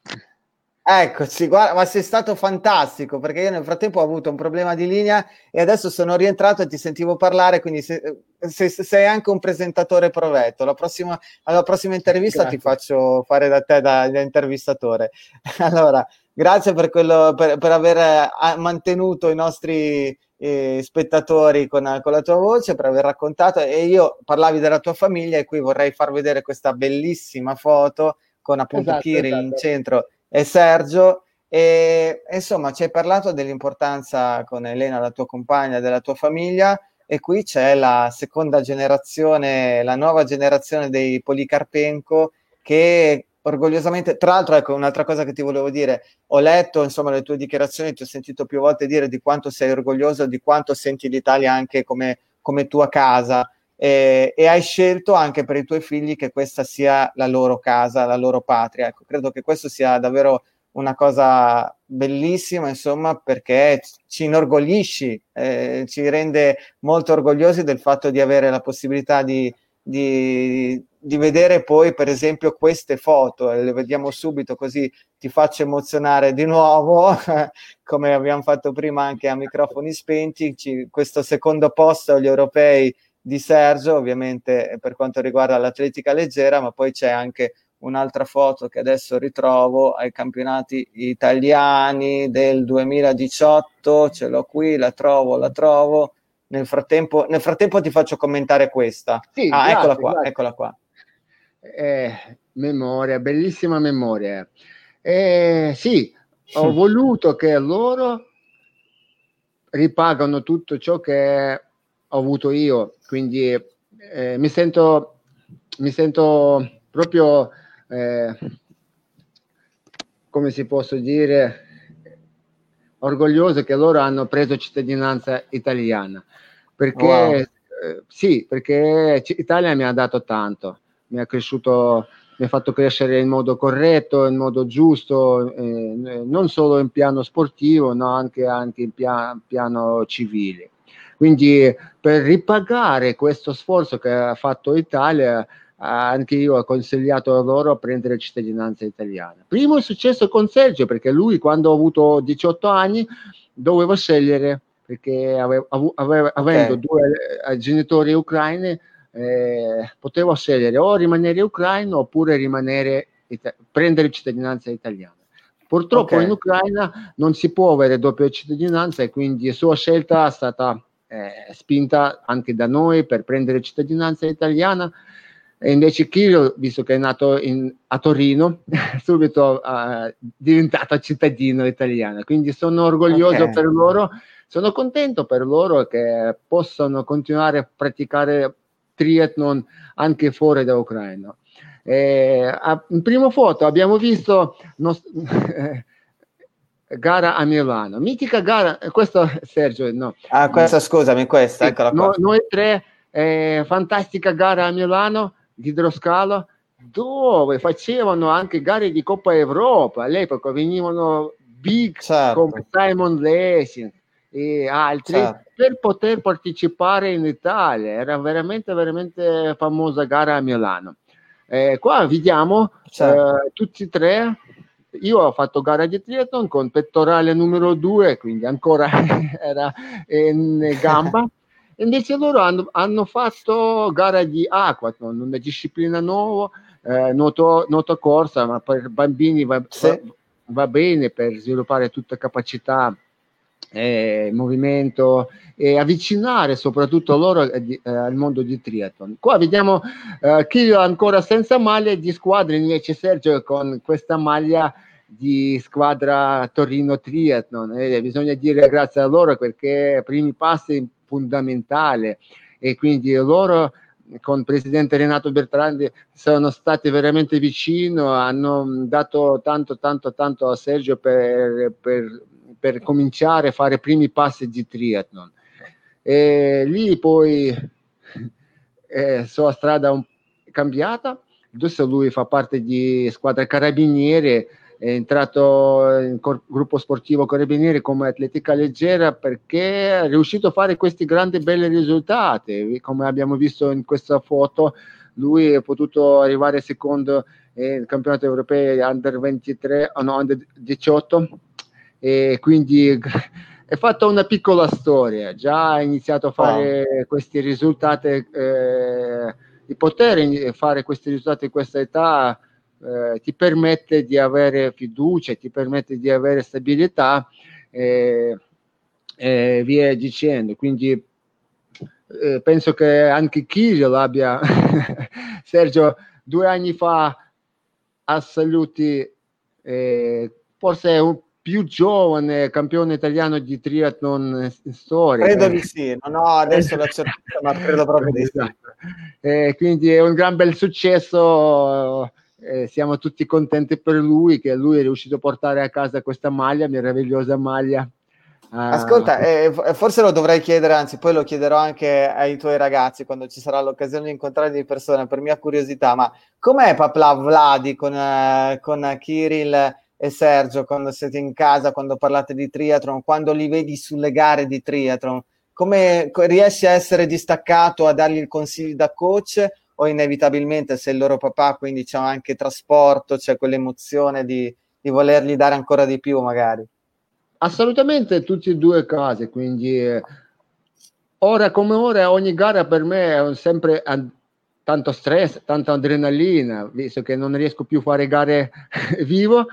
Eccoci, guarda, ma sei stato fantastico, perché io nel frattempo ho avuto un problema di linea e adesso sono rientrato e ti sentivo parlare, quindi se, se, se sei anche un presentatore provetto. La prossima, alla prossima intervista Grazie. ti faccio fare da te da, da intervistatore. Allora, grazie per, quello, per, per aver eh, mantenuto i nostri eh, spettatori con, con la tua voce, per aver raccontato. E io parlavi della tua famiglia e qui vorrei far vedere questa bellissima foto con appunto Esatto, Kirill esatto. in centro e Sergio. E insomma ci hai parlato dell'importanza con Elena, la tua compagna, della tua famiglia, e qui c'è la seconda generazione, la nuova generazione dei Policarpenco, che orgogliosamente, tra l'altro, ecco un'altra cosa che ti volevo dire, ho letto insomma le tue dichiarazioni, ti ho sentito più volte dire di quanto sei orgoglioso, di quanto senti l'Italia anche come, come tua casa, e, e hai scelto anche per i tuoi figli che questa sia la loro casa, la loro patria. Ecco, credo che questo sia davvero una cosa bellissima, insomma, perché ci inorgoglisci, eh, ci rende molto orgogliosi del fatto di avere la possibilità di, di, di vedere poi, per esempio, queste foto, e le vediamo subito così ti faccio emozionare di nuovo, come abbiamo fatto prima anche a microfoni spenti, ci, questo secondo posto agli europei di Sergio, ovviamente per quanto riguarda l'atletica leggera, ma poi c'è anche un'altra foto che adesso ritrovo ai campionati italiani del duemiladiciotto, ce l'ho qui, la trovo, la trovo. Nel frattempo, nel frattempo ti faccio commentare questa. Sì, ah, grazie, eccola qua, grazie. eccola qua. Eh, memoria, bellissima memoria. Eh, sì, ho voluto che loro ripagano tutto ciò che ho avuto io, quindi eh, mi sento mi sento proprio eh, come si posso dire orgoglioso che loro hanno preso cittadinanza italiana, perché Wow. eh, sì, perché Italia mi ha dato tanto, mi ha cresciuto, mi ha fatto crescere in modo corretto, in modo giusto, eh, non solo in piano sportivo, ma anche, anche in pia- piano civile. Quindi per ripagare questo sforzo che ha fatto Italia, anche io ho consigliato a loro a prendere cittadinanza italiana. Primo è successo con Sergio, perché lui quando ho avuto diciotto anni doveva scegliere, perché aveva, aveva, avendo Ok. due eh, genitori ucraini, eh, potevo scegliere o rimanere ucraino oppure rimanere ita- prendere cittadinanza italiana. Purtroppo Ok. in Ucraina non si può avere doppia cittadinanza e quindi la sua scelta è stata eh, spinta anche da noi per prendere cittadinanza italiana. E invece Kirill, visto che è nato in, a Torino, subito è uh, diventato cittadino italiano. Quindi sono orgoglioso Ok. per loro, sono contento per loro che possano continuare a praticare triathlon anche fuori da Ucraina. Eh, a, in prima foto abbiamo visto nost- gara a Milano, mitica gara, questo Sergio, no. Ah, questa scusami, questa, Sì, eccola qua. no, noi tre, eh, fantastica gara a Milano, di idroscalo, dove facevano anche gare di Coppa Europa. All'epoca venivano big Certo. come Simon Lessing e altri, Certo. per poter partecipare in Italia. Era veramente veramente famosa gara a Milano. Eh, qua vediamo Certo. eh, tutti e tre io ho fatto gara di triathlon con pettorale numero due, quindi ancora era in gamba. Invece loro hanno, hanno fatto gara di aquathlon, una disciplina nuova, eh, nuoto, nuoto corsa, ma per bambini va, sì. va, va bene per sviluppare tutte capacità, eh, movimento e avvicinare soprattutto loro eh, al mondo di triathlon. Qua vediamo eh, Kirill ancora senza maglia di squadra, invece Sergio con questa maglia di squadra Torino Triathlon. Eh, bisogna dire grazie a loro perché primi passi fondamentale, e quindi loro con il presidente Renato Bertrandi sono stati veramente vicino, hanno dato tanto tanto tanto a Sergio per, per, per cominciare a fare i primi passi di triathlon. E lì poi eh, sua strada un, cambiata, adesso lui fa parte di squadra Carabinieri, è entrato in cor- gruppo sportivo Carabinieri come atletica leggera perché è riuscito a fare questi grandi belli risultati. Come abbiamo visto in questa foto, lui è potuto arrivare secondo nel campionato europeo under ventitré, oh no, under diciotto, e quindi è fatta una piccola storia, già ha iniziato a fare wow. questi risultati, eh, di poter fare questi risultati in questa età. Eh, ti permette di avere fiducia, ti permette di avere stabilità e eh, eh, via dicendo. Quindi eh, penso che anche Kirill abbia Sergio due anni fa assoluti, eh, forse è un più giovane campione italiano di triathlon in storia. Credo di sì, non ho adesso la certezza, ma credo proprio di sì. Eh, quindi è un gran bel successo. Eh, siamo tutti contenti per lui, che lui è riuscito a portare a casa questa maglia, meravigliosa maglia. Ah. Ascolta, eh, forse lo dovrei chiedere, anzi poi lo chiederò anche ai tuoi ragazzi quando ci sarà l'occasione di incontrare di persona, per mia curiosità, ma com'è papà Vladi con, eh, con Kirill e Sergio quando siete in casa, quando parlate di triathlon, quando li vedi sulle gare di triathlon? Come riesci a essere distaccato, a dargli il consiglio da coach, o inevitabilmente sei il loro papà, quindi c'è anche trasporto, c'è quell'emozione di, di volergli dare ancora di più magari? Assolutamente tutte e due cose, quindi eh, ora come ora ogni gara per me è sempre ad, tanto stress, tanta adrenalina, visto che non riesco più a fare gare vivo,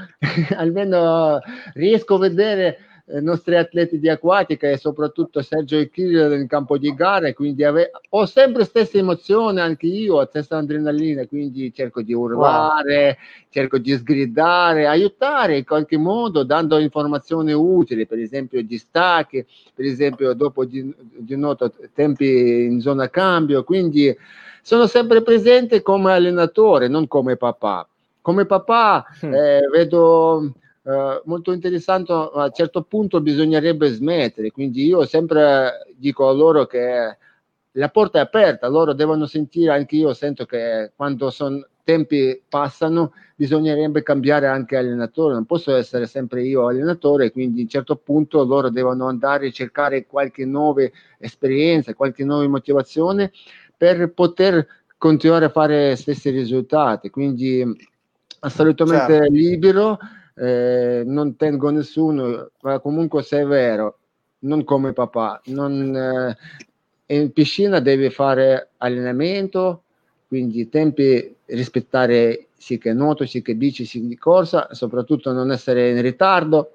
almeno riesco a vedere i nostri atleti di acquatica e soprattutto Sergio e Kirill in campo di gara, quindi ave- ho sempre stessa emozione anche io, stessa adrenalina, quindi cerco di urlare, wow. cerco di sgridare, aiutare in qualche modo dando informazioni utili, per esempio distacchi, per esempio dopo di, di nuoto tempi in zona cambio, quindi sono sempre presente come allenatore, non come papà. Come papà mm. eh, vedo Uh, molto interessante, a un certo punto bisognerebbe smettere, quindi io sempre dico a loro che la porta è aperta, loro devono sentire, anche io sento che quando son, tempi passano bisognerebbe cambiare anche allenatore, non posso essere sempre io allenatore, quindi a un certo punto loro devono andare a cercare qualche nuova esperienza, qualche nuova motivazione per poter continuare a fare gli stessi risultati, quindi assolutamente certo. libero. Eh, non tengo nessuno, ma comunque se è vero, non come papà, non, eh, in piscina devi fare allenamento, quindi tempi rispettare sì che nuoto, sì che bici, sì che corsa, soprattutto non essere in ritardo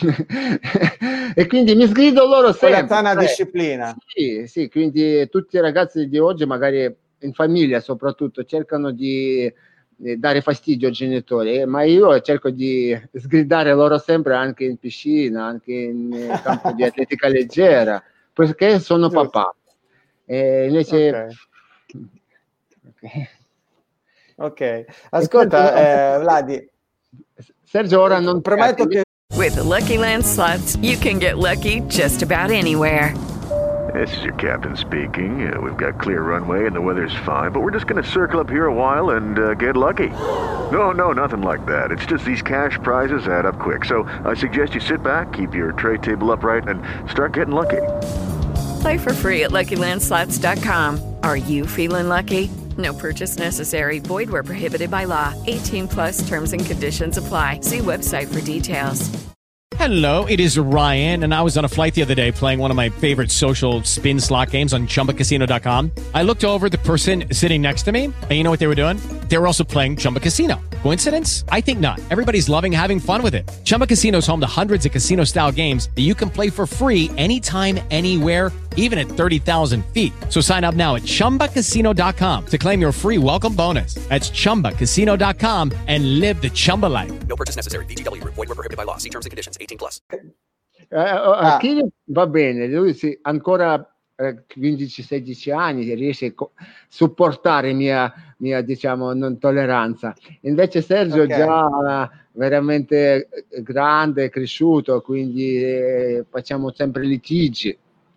e quindi mi sgrido loro sempre. Quella sana disciplina. Sì, sì, quindi tutti i ragazzi di oggi magari in famiglia soprattutto cercano di dare fastidio ai genitori, eh, ma io cerco di sgridare loro sempre anche in piscina, anche in campo di atletica leggera, perché sono Giusto. papà. E invece... Ok, okay. Ascolta, eh, Vladi. Sergio, ora non prometto che... With the Lucky Land Slots, you can get lucky just about anywhere. This is your captain speaking. Uh, we've got clear runway and the weather's fine, but we're just going to circle up here a while and uh, get lucky. No, no, nothing like that. It's just these cash prizes add up quick. So I suggest you sit back, keep your tray table upright, and start getting lucky. Play for free at Lucky Land Slots dot com. Are you feeling lucky? No purchase necessary. Void where prohibited by law. eighteen plus terms and conditions apply. See website for details. Hello, it is Ryan, and I was on a flight the other day playing one of my favorite social spin slot games on Chumba Casino dot com. I looked over at the person sitting next to me, and you know what they were doing? They were also playing Chumba Casino. Coincidence? I think not. Everybody's loving having fun with it. Chumba Casino is home to hundreds of casino-style games that you can play for free anytime, anywhere, even at thirty thousand feet. So sign up now at Chumba Casino dot com to claim your free welcome bonus. That's Chumba Casino dot com and live the Chumba life. No purchase necessary. V G W. Void where prohibited by law. See terms and conditions. eighteen plus. Eh, a Kylian va bene, lui si, ancora eh, quindici sedici anni riesce a co- supportare mia, mia diciamo non tolleranza. Invece Sergio Ok. è già veramente grande, cresciuto, quindi eh, facciamo sempre litigi.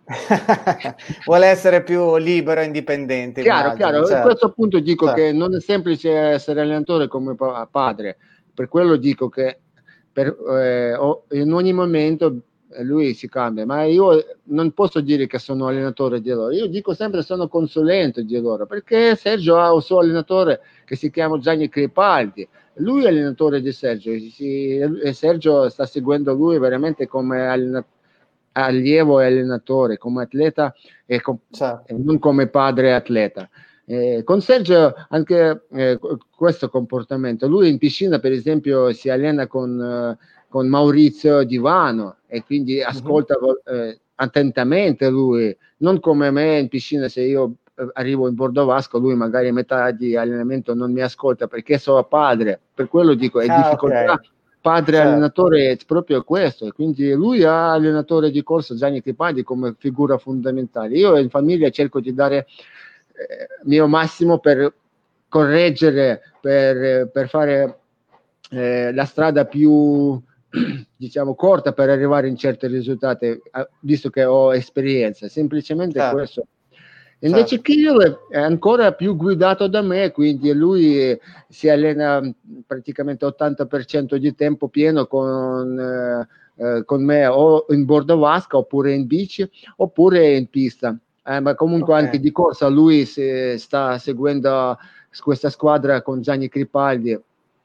Vuole essere più libero e indipendente. Chiaro, immagino, chiaro. certo. A questo punto dico Certo. che non è semplice essere allenatore come pa- padre, per quello dico che per, eh, o- in ogni momento eh, lui si cambia, ma io non posso dire che sono allenatore di loro, io dico sempre sono consulente di loro, perché Sergio ha un suo allenatore che si chiama Gianni Crepaldi, lui è allenatore di Sergio si- e Sergio sta seguendo lui veramente come allenatore, allievo e allenatore, come atleta e, com- Certo. e non come padre atleta. Eh, con Sergio anche eh, questo comportamento, lui in piscina per esempio si allena con, eh, con Maurizio Divano e quindi ascolta eh, attentamente lui, non come me in piscina, se io eh, arrivo in Bordo Vasco lui magari a metà di allenamento non mi ascolta perché sono padre, per quello dico è Ah, difficoltà ok. padre Certo. allenatore è proprio questo, e quindi lui ha allenatore di corso Gianni Crepaldi come figura fondamentale. Io in famiglia cerco di dare eh, mio massimo per correggere, per, per fare eh, la strada più diciamo corta per arrivare in certi risultati, eh, visto che ho esperienza, semplicemente Certo. questo. Invece Kirill è ancora più guidato da me, quindi lui si allena praticamente ottanta per cento di tempo pieno con, eh, eh, con me o in bordo vasca oppure in bici oppure in pista. Eh, ma comunque Ok. anche di corsa lui si, sta seguendo questa squadra con Gianni Crepaldi.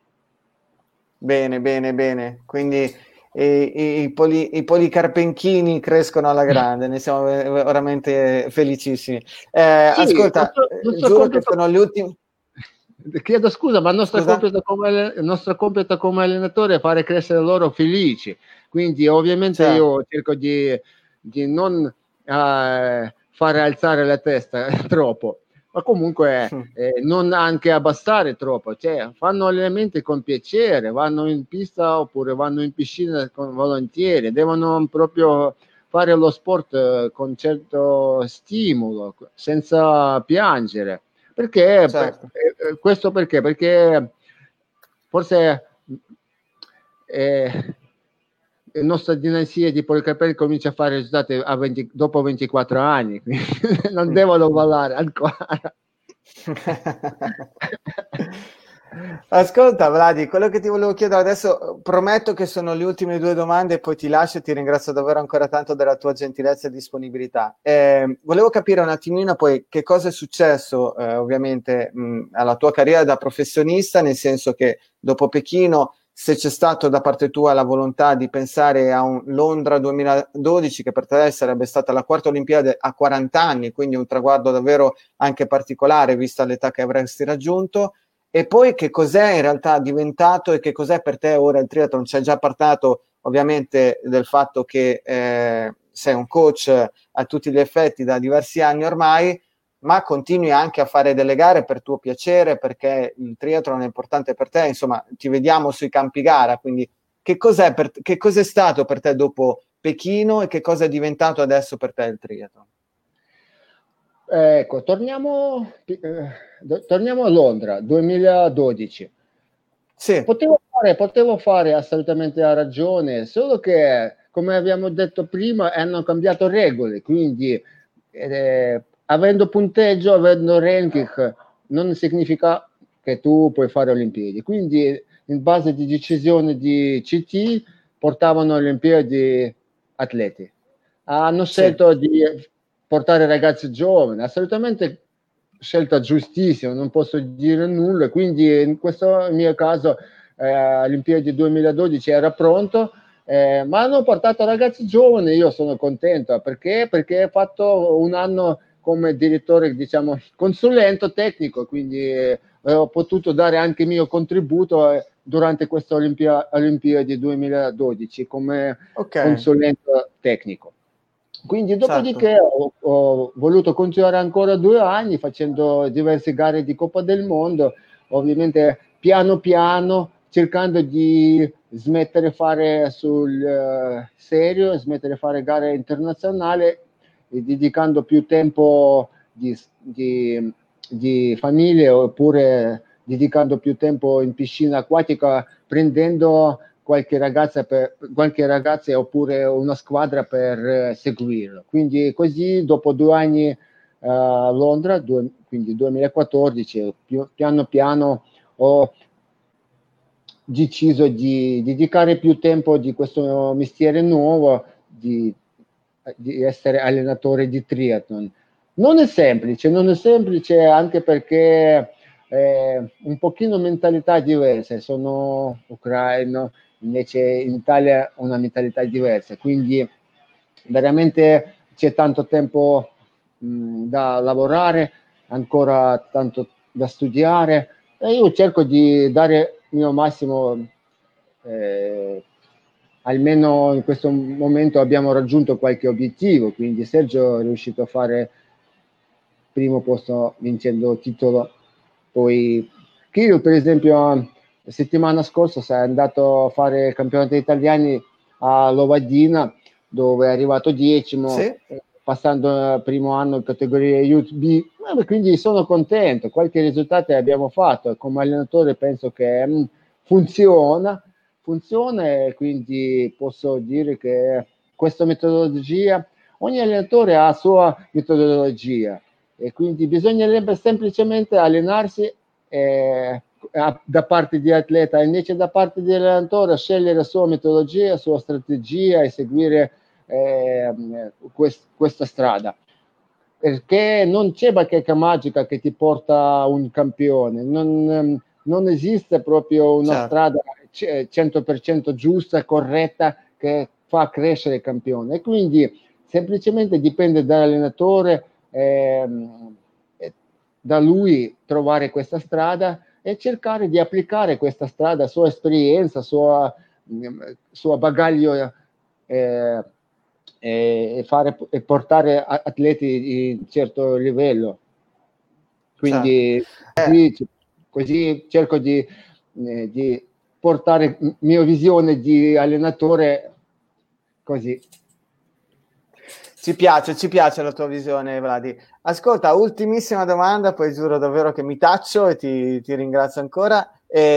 Bene, bene, bene. Quindi i, i, i, poli, i policarpenchini crescono alla grande, ne siamo ve- veramente felicissimi. Eh, Sì, ascolta, nostro- eh, nostro giuro compito- che sono gli ultimi. Chiedo scusa, ma il nostro, Scusa? compito come, alle- il nostro compito come allenatore è fare crescere loro felici. Quindi ovviamente Certo. io cerco di, di non eh, fare alzare la testa troppo, ma comunque eh, non anche abbassare troppo. Cioè, fanno allenamenti con piacere, vanno in pista oppure vanno in piscina con volentieri, devono proprio fare lo sport eh, con certo stimolo, senza piangere. Perché Certo. eh, eh, questo perché? Perché forse eh, la nostra dinastia di Policapelli comincia a fare risultati a venti, dopo ventiquattro anni, quindi non devono ballare ancora. Ascolta Vladi, quello che ti volevo chiedere adesso, prometto che sono le ultime due domande e poi ti lascio e ti ringrazio davvero ancora tanto della tua gentilezza e disponibilità. Eh, volevo capire un attimino poi che cosa è successo eh, ovviamente mh, alla tua carriera da professionista, nel senso che dopo Pechino, se c'è stato da parte tua la volontà di pensare a un Londra duemiladodici, che per te sarebbe stata la quarta Olimpiade a quaranta anni, quindi un traguardo davvero anche particolare vista l'età che avresti raggiunto. E poi che cos'è in realtà diventato e che cos'è per te ora il triathlon? Ci hai già parlato ovviamente del fatto che eh, sei un coach a tutti gli effetti da diversi anni ormai, ma continui anche a fare delle gare per tuo piacere, perché il triathlon è importante per te, insomma ti vediamo sui campi gara, quindi che cos'è, per, che cos'è stato per te dopo Pechino e che cosa è diventato adesso per te il triathlon? Ecco, torniamo, eh, torniamo a Londra duemiladodici. Sì. Potevo fare, potevo fare assolutamente a ragione, solo che, come abbiamo detto prima, hanno cambiato regole, quindi eh, avendo punteggio, avendo ranking, non significa che tu puoi fare Olimpiadi. Quindi, in base di decisione di C T, portavano Olimpiadi atleti. Hanno scelto sì. di portare ragazzi giovani, assolutamente scelta giustissima, non posso dire nulla, quindi in questo mio caso eh, Olimpiadi duemiladodici era pronto, eh, ma hanno portato ragazzi giovani, io sono contento, perché? Perché ho fatto un anno come direttore, diciamo, consulente tecnico, quindi eh, ho potuto dare anche il mio contributo eh, durante questa Olimpia- Olimpiadi duemiladodici come okay. consulente tecnico. Quindi dopodiché certo. ho, ho voluto continuare ancora due anni facendo diverse gare di Coppa del Mondo, ovviamente piano piano cercando di smettere di fare sul uh, serio, smettere di fare gare internazionali e dedicando più tempo di, di, di famiglia, oppure dedicando più tempo in piscina acquatica, prendendo qualche ragazza, per, qualche ragazza oppure una squadra per eh, seguirlo. Quindi così dopo due anni uh, a Londra, due, quindi duemilaquattordici, più, piano piano ho deciso di dedicare più tempo di questo mestiere nuovo, di, di essere allenatore di triathlon. Non è semplice, non è semplice anche perché eh, un pochino mentalità diverse, sono ucraino, invece in Italia una mentalità diversa, quindi veramente c'è tanto tempo mh, da lavorare, ancora tanto da studiare, e io cerco di dare il mio massimo, eh, almeno in questo momento abbiamo raggiunto qualche obiettivo, quindi Sergio è riuscito a fare primo posto vincendo titolo, poi Kirill per esempio la settimana scorsa è andato a fare campionati italiani a Lovadina, dove è arrivato decimo, sì. Passando il primo anno in categoria Youth B, eh, quindi sono contento, qualche risultato abbiamo fatto, come allenatore penso che mh, funziona, funziona e quindi posso dire che questa metodologia, ogni allenatore ha la sua metodologia e quindi bisogna semplicemente allenarsi eh, da parte di atleta, invece da parte dell'allenatore scegliere la sua metodologia, la sua strategia e seguire eh, quest- questa strada, perché non c'è bacheca magica che ti porta un campione, non, non esiste proprio una certo. strada cento per cento giusta, corretta, che fa crescere il campione, e quindi semplicemente dipende dall'allenatore, eh, da lui trovare questa strada e cercare di applicare questa strada, sua esperienza, sua, suo bagaglio eh, e fare e portare atleti di un certo livello. Quindi certo. così, così cerco di, eh, di portare la mia visione di allenatore così. Ci piace, ci piace la tua visione, Vladi. Ascolta, ultimissima domanda, poi giuro davvero che mi taccio e ti, ti ringrazio ancora.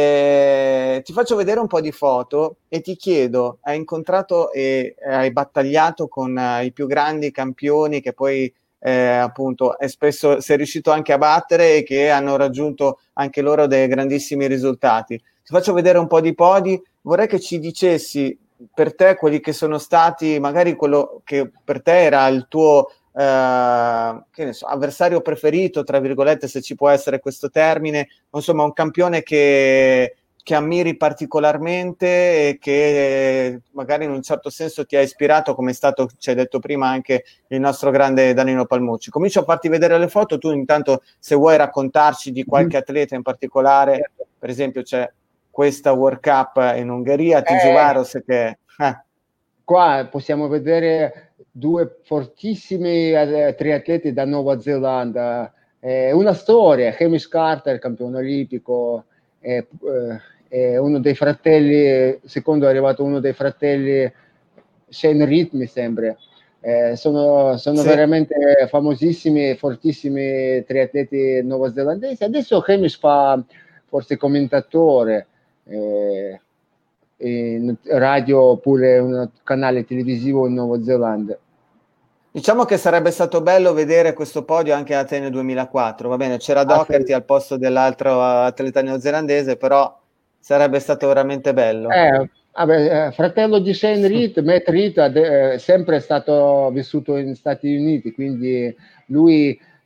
E ti faccio vedere un po' di foto e ti chiedo, hai incontrato e hai battagliato con uh, i più grandi campioni che poi eh, appunto è spesso sei riuscito anche a battere e che hanno raggiunto anche loro dei grandissimi risultati. Ti faccio vedere un po' di podi, vorrei che ci dicessi per te quelli che sono stati, magari quello che per te era il tuo Uh, che ne so, avversario preferito, tra virgolette, se ci può essere questo termine, insomma un campione che, che ammiri particolarmente e che magari in un certo senso ti ha ispirato, come è stato, ci hai detto prima, anche il nostro grande Danilo Palmucci. Comincio a farti vedere le foto, tu intanto se vuoi raccontarci di qualche atleta in particolare, per esempio c'è questa World Cup in Ungheria, Tijuvaros, eh, che eh. qua possiamo vedere due fortissimi eh, triatleti da Nuova Zelanda, eh, una storia, Hamish Carter, campione olimpico, eh, eh, uno dei fratelli, secondo è arrivato uno dei fratelli, Shane Reed mi sembra, eh, sono, sono sì. veramente famosissimi e fortissimi triatleti neozelandesi. Adesso Hamish fa forse commentatore, eh, in radio oppure un canale televisivo in Nuova Zelanda. Diciamo che sarebbe stato bello vedere questo podio anche a Atene duemilaquattro, va bene, c'era Doherty ah, sì. al posto dell'altro atleta neozelandese, però sarebbe stato veramente bello. Eh, vabbè, fratello di Shane Reed, Matt Reed è sempre stato vissuto negli Stati Uniti, quindi lui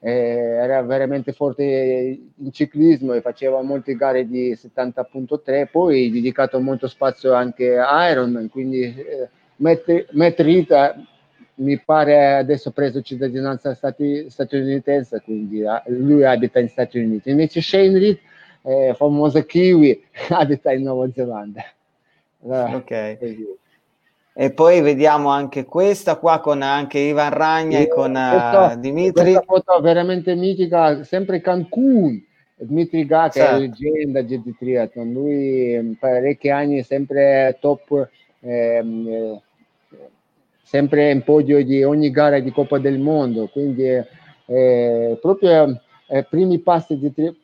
eh, era veramente forte in ciclismo e faceva molte gare di settanta punto tre, poi dedicato molto spazio anche a Ironman, quindi eh, Matt, Matt Reed mi pare adesso ha preso cittadinanza stati, statunitense, quindi eh, lui abita in Stati Uniti. Invece Shane Reed, eh, famoso kiwi, abita in Nuova Zelanda. Eh, ok. Così. E poi vediamo anche questa qua con anche Ivan Ragna e con questo, uh, Dimitri. Questa foto veramente mitica, sempre Cancun. Dmitry Ga, che certo. è leggenda di triathlon, lui parecchi anni sempre top, ehm, eh, sempre in podio di ogni gara di Coppa del Mondo, quindi eh, proprio eh, primi passi di tri-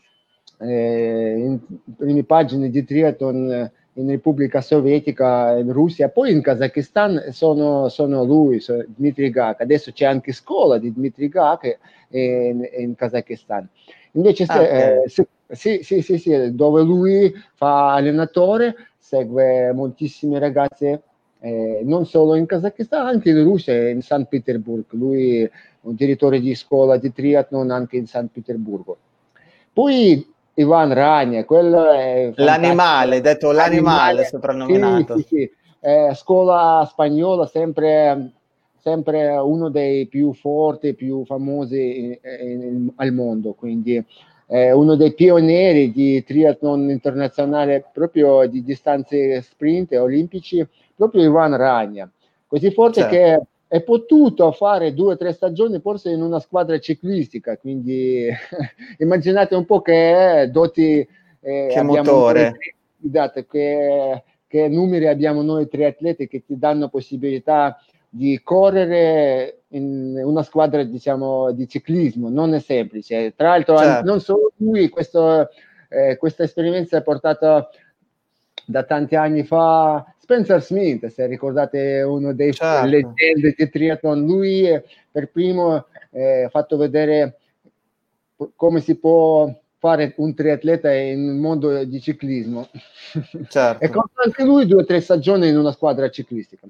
eh, in prime pagine di triathlon in Repubblica Sovietica, in Russia, poi in Kazakistan sono, sono lui, sono Dmitry Ga. Adesso c'è anche scuola di Dmitry Ga che è in, in Kazakistan. Invece ah, okay. eh, se, sì, sì, sì, sì, dove lui fa allenatore, segue moltissime ragazze, eh, non solo in Kazakistan, anche in Russia, in San Pietroburgo. Lui è un direttore di scuola di triathlon anche in San Pietroburgo. Poi Ivan Ragna, quello è l'animale, detto l'animale, soprannominato. Sì, sì, sì. Eh, scuola spagnola, sempre, sempre uno dei più forti, più famosi in, in, al mondo, quindi eh, uno dei pionieri di triathlon internazionale, proprio di distanze sprint olimpici, proprio Ivan Ragna. Così forte certo. che è potuto fare due o tre stagioni forse in una squadra ciclistica, quindi immaginate un po' che doti eh, che motore noi, che, che numeri abbiamo noi triatleti che ti danno possibilità di correre in una squadra, diciamo, di ciclismo. Non è semplice, tra l'altro certo. non solo lui, questo, eh, questa esperienza è portata da tanti anni fa Spencer Smith, se ricordate, uno dei certo. leggende di triathlon. Lui per primo ha eh, fatto vedere come si può fare un triatleta in un mondo di ciclismo. Certo. E con anche lui due o tre stagioni in una squadra ciclistica.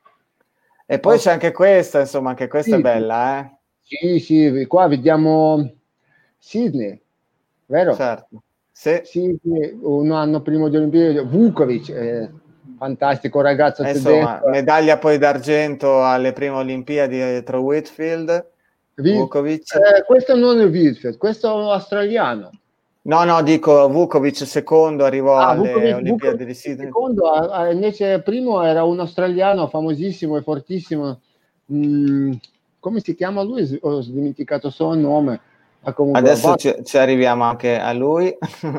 E poi oh. c'è anche questa, insomma, anche questa sì, è bella, eh? Sì, sì, qua vediamo Sydney, vero? Certo. Sì. Sì, un anno prima di Olimpiadi, Vukovic, eh, fantastico ragazzo eh, insomma, medaglia poi d'argento alle prime Olimpiadi dietro Whitfield. Vukovic. Eh, questo non è Whitfield, questo è un australiano. No, no, dico Vukovic secondo arrivò ah, alle Vukovic, Olimpiadi Vukovic di Sydney. Secondo, invece primo era un australiano famosissimo e fortissimo. Mm, come si chiama lui? Ho dimenticato solo il nome. Comunque, adesso ci, ci arriviamo anche a lui.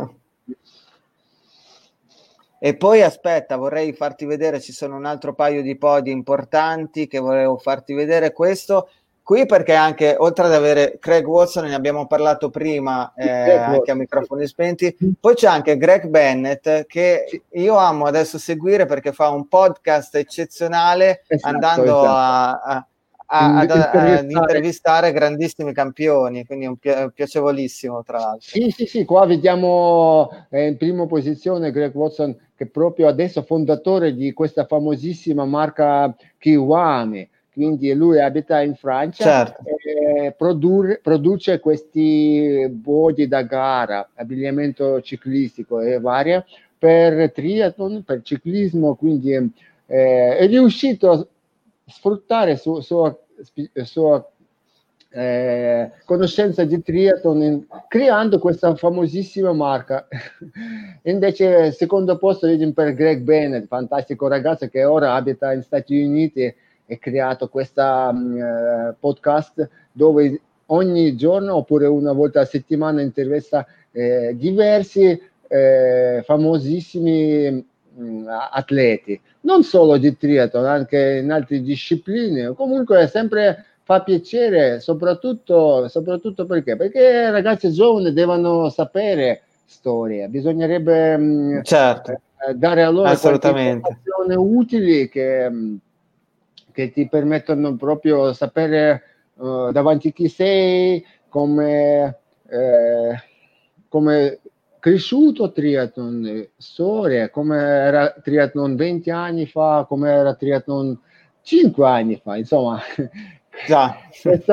E poi aspetta, vorrei farti vedere, ci sono un altro paio di podi importanti che volevo farti vedere. Questo qui perché anche, oltre ad avere Craig Watson, ne abbiamo parlato prima eh, anche a microfoni spenti, poi c'è anche Greg Bennett che io amo adesso seguire perché fa un podcast eccezionale, esatto, andando esatto. a... a A, ad, ad intervistare grandissimi campioni, quindi è un pi- piacevolissimo tra l'altro. Sì, sì, sì, qua vediamo eh, in prima posizione Greg Watson, che proprio adesso è fondatore di questa famosissima marca Kiwami, quindi lui abita in Francia, certo. e produr- produce questi body da gara, abbigliamento ciclistico e varie per triathlon, per ciclismo, quindi eh, è riuscito a sfruttare sua, sua, sua eh, conoscenza di triathlon in, creando questa famosissima marca. Invece secondo posto per Greg Bennett, fantastico ragazzo che ora abita negli Stati Uniti e ha creato questa uh, podcast dove ogni giorno oppure una volta a settimana intervista eh, diversi eh, famosissimi atleti, non solo di triathlon, anche in altre discipline. Comunque sempre fa piacere, soprattutto, soprattutto perché? Perché ragazzi giovani devono sapere storie, bisognerebbe certo. eh, dare a loro assolutamente informazioni utili che, che ti permettono proprio sapere uh, davanti a chi sei, come eh, come cresciuto triathlon, storia, come era triathlon venti anni fa, come era triathlon cinque anni fa, insomma. Già. Questo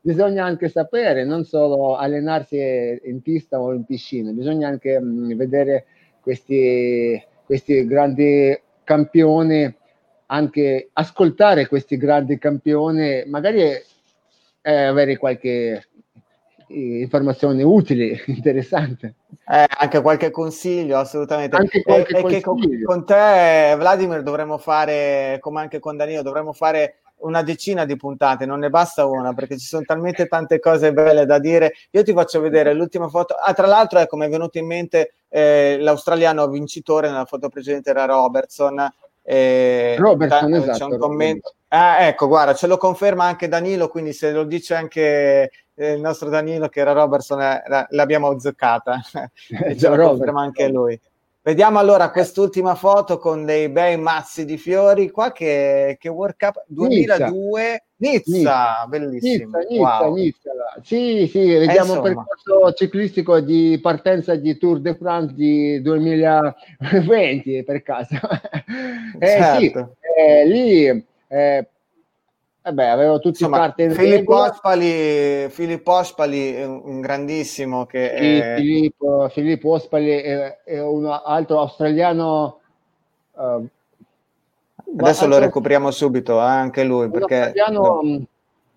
bisogna anche sapere, non solo allenarsi in pista o in piscina, bisogna anche mh, vedere questi, questi grandi campioni, anche ascoltare questi grandi campioni, magari eh, avere qualche informazione utile, interessante. Eh, anche qualche consiglio, assolutamente. Anche qualche e, consiglio. E che con, con te, Vladimir, dovremmo fare, come anche con Danilo, dovremmo fare una decina di puntate, non ne basta una, perché ci sono talmente tante cose belle da dire. Io ti faccio vedere l'ultima foto. Ah, tra l'altro, ecco, mi è venuto in mente eh, l'australiano vincitore nella foto precedente era Robertson. Eh, Robertson, da, esatto. C'è un commento. Ah, ecco, guarda, ce lo conferma anche Danilo, quindi se lo dice anche eh, il nostro Danilo che era Robertson, eh, l'abbiamo azzeccata e ce lo conferma anche lui. Vediamo allora quest'ultima foto con dei bei mazzi di fiori qua che, che World Cup duemiladue Nizza, Nizza bellissimo. Nizza, Nizza, wow. Nizza. Sì, sì, vediamo il eh, percorso ciclistico di partenza di Tour de France di duemilaventi per caso. eh, certo. Sì, eh, lì eh, vabbè, avevo tutti i carte in Filippo Ospali, Filippo Ospali è un grandissimo che sì, è... Filippo, Filippo Ospali è, è un altro australiano uh, adesso lo recuperiamo subito, eh, anche lui perché australiano, no.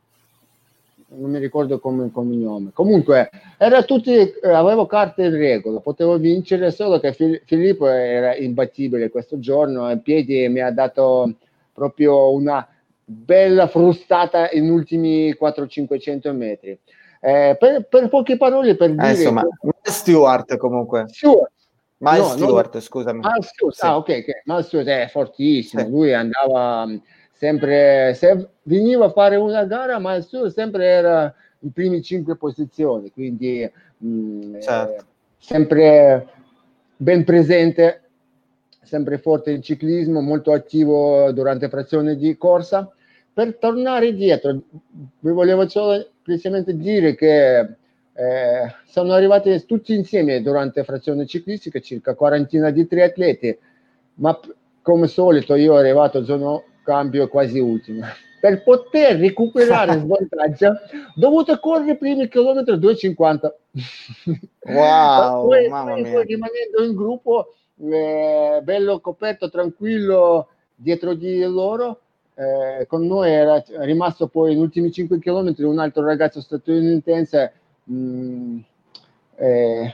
Non mi ricordo come cognome, comunque era tutti, eh, avevo carte in regola, potevo vincere, solo che Fil- Filippo era imbattibile questo giorno, ai piedi mi ha dato proprio una bella frustata in ultimi quattrocento cinquecento metri. Eh, per, per poche parole per dire... Eh, insomma, che... Stewart comunque. Stewart. Miles no, Stewart, non... scusami. Miles Stewart, sì. Ah, ok, okay. Miles Stewart è fortissimo, sì. Lui andava sempre, se veniva a fare una gara, Miles Stewart sempre era in primi cinque posizioni, quindi mh, certo. eh, sempre ben presente, sempre forte in ciclismo, molto attivo durante frazioni di corsa. Per tornare dietro, vi volevo solo semplicemente dire che eh, sono arrivati tutti insieme durante frazioni ciclistiche, circa quarantina di triatleti, ma come solito io sono arrivato a zona cambio quasi ultimo. Per poter recuperare il svantaggio, ho dovuto correre i primi chilometri due e cinquanta. Wow, poi, mamma poi, mia. poi rimanendo in gruppo, eh, bello coperto, tranquillo dietro di loro. Eh, con noi era rimasto poi negli ultimi cinque chilometri un altro ragazzo statunitense, mh, eh,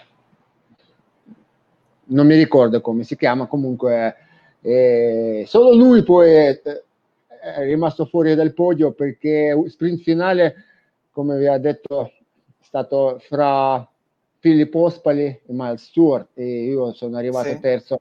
non mi ricordo come si chiama, comunque eh, solo lui poi è, è rimasto fuori dal podio perché sprint finale, come vi ha detto, è stato fra Filippo Ospali e Miles Stewart e io sono arrivato sì. terzo.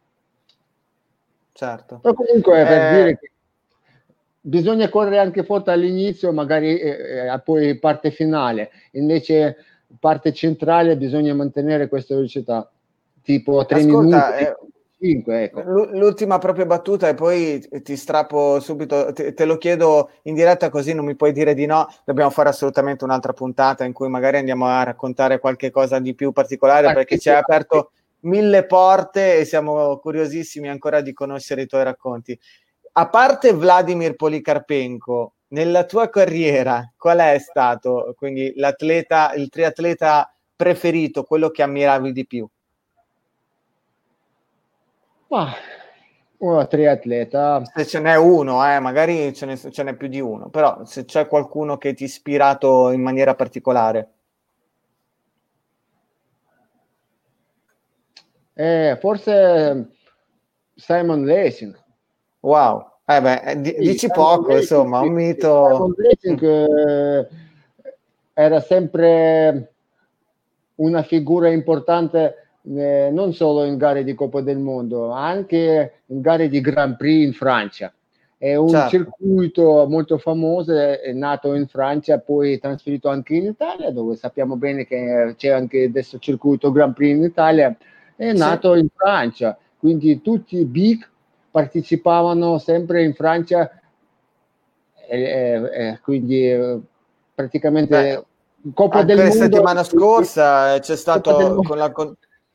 Certo. Però comunque eh... per dire che bisogna correre anche forte all'inizio, magari eh, eh, poi parte finale, invece parte centrale bisogna mantenere questa velocità, tipo tre Ascolta, minuti, eh, cinque, ecco. L'ultima proprio battuta e poi ti strappo subito, te, te lo chiedo in diretta così non mi puoi dire di no, dobbiamo fare assolutamente un'altra puntata in cui magari andiamo a raccontare qualche cosa di più particolare ah, perché sì, ci hai aperto mille porte e siamo curiosissimi ancora di conoscere i tuoi racconti. A parte Vladimir Polikarpenko, nella tua carriera, qual è stato quindi l'atleta, il triatleta preferito, quello che ammiravi di più? Ma uno triatleta. Se ce n'è uno, eh, magari ce n'è, ce n'è più di uno, però se c'è qualcuno che ti ha ispirato in maniera particolare. Eh, forse Simon Lessing. Wow, eh beh, d- sì, dici poco, Lessing, insomma, un mito. Simon Lessing eh, era sempre una figura importante eh, non solo in gare di Coppa del Mondo, ma anche in gare di Grand Prix in Francia. È un certo. circuito molto famoso, è nato in Francia, poi trasferito anche in Italia, dove sappiamo bene che c'è anche adesso circuito Grand Prix in Italia, è nato sì. in Francia, quindi tutti i big partecipavano sempre in Francia, e, e, e quindi eh, praticamente Beh, Coppa anche del la Mondo. Settimana scorsa c'è stato con la, con,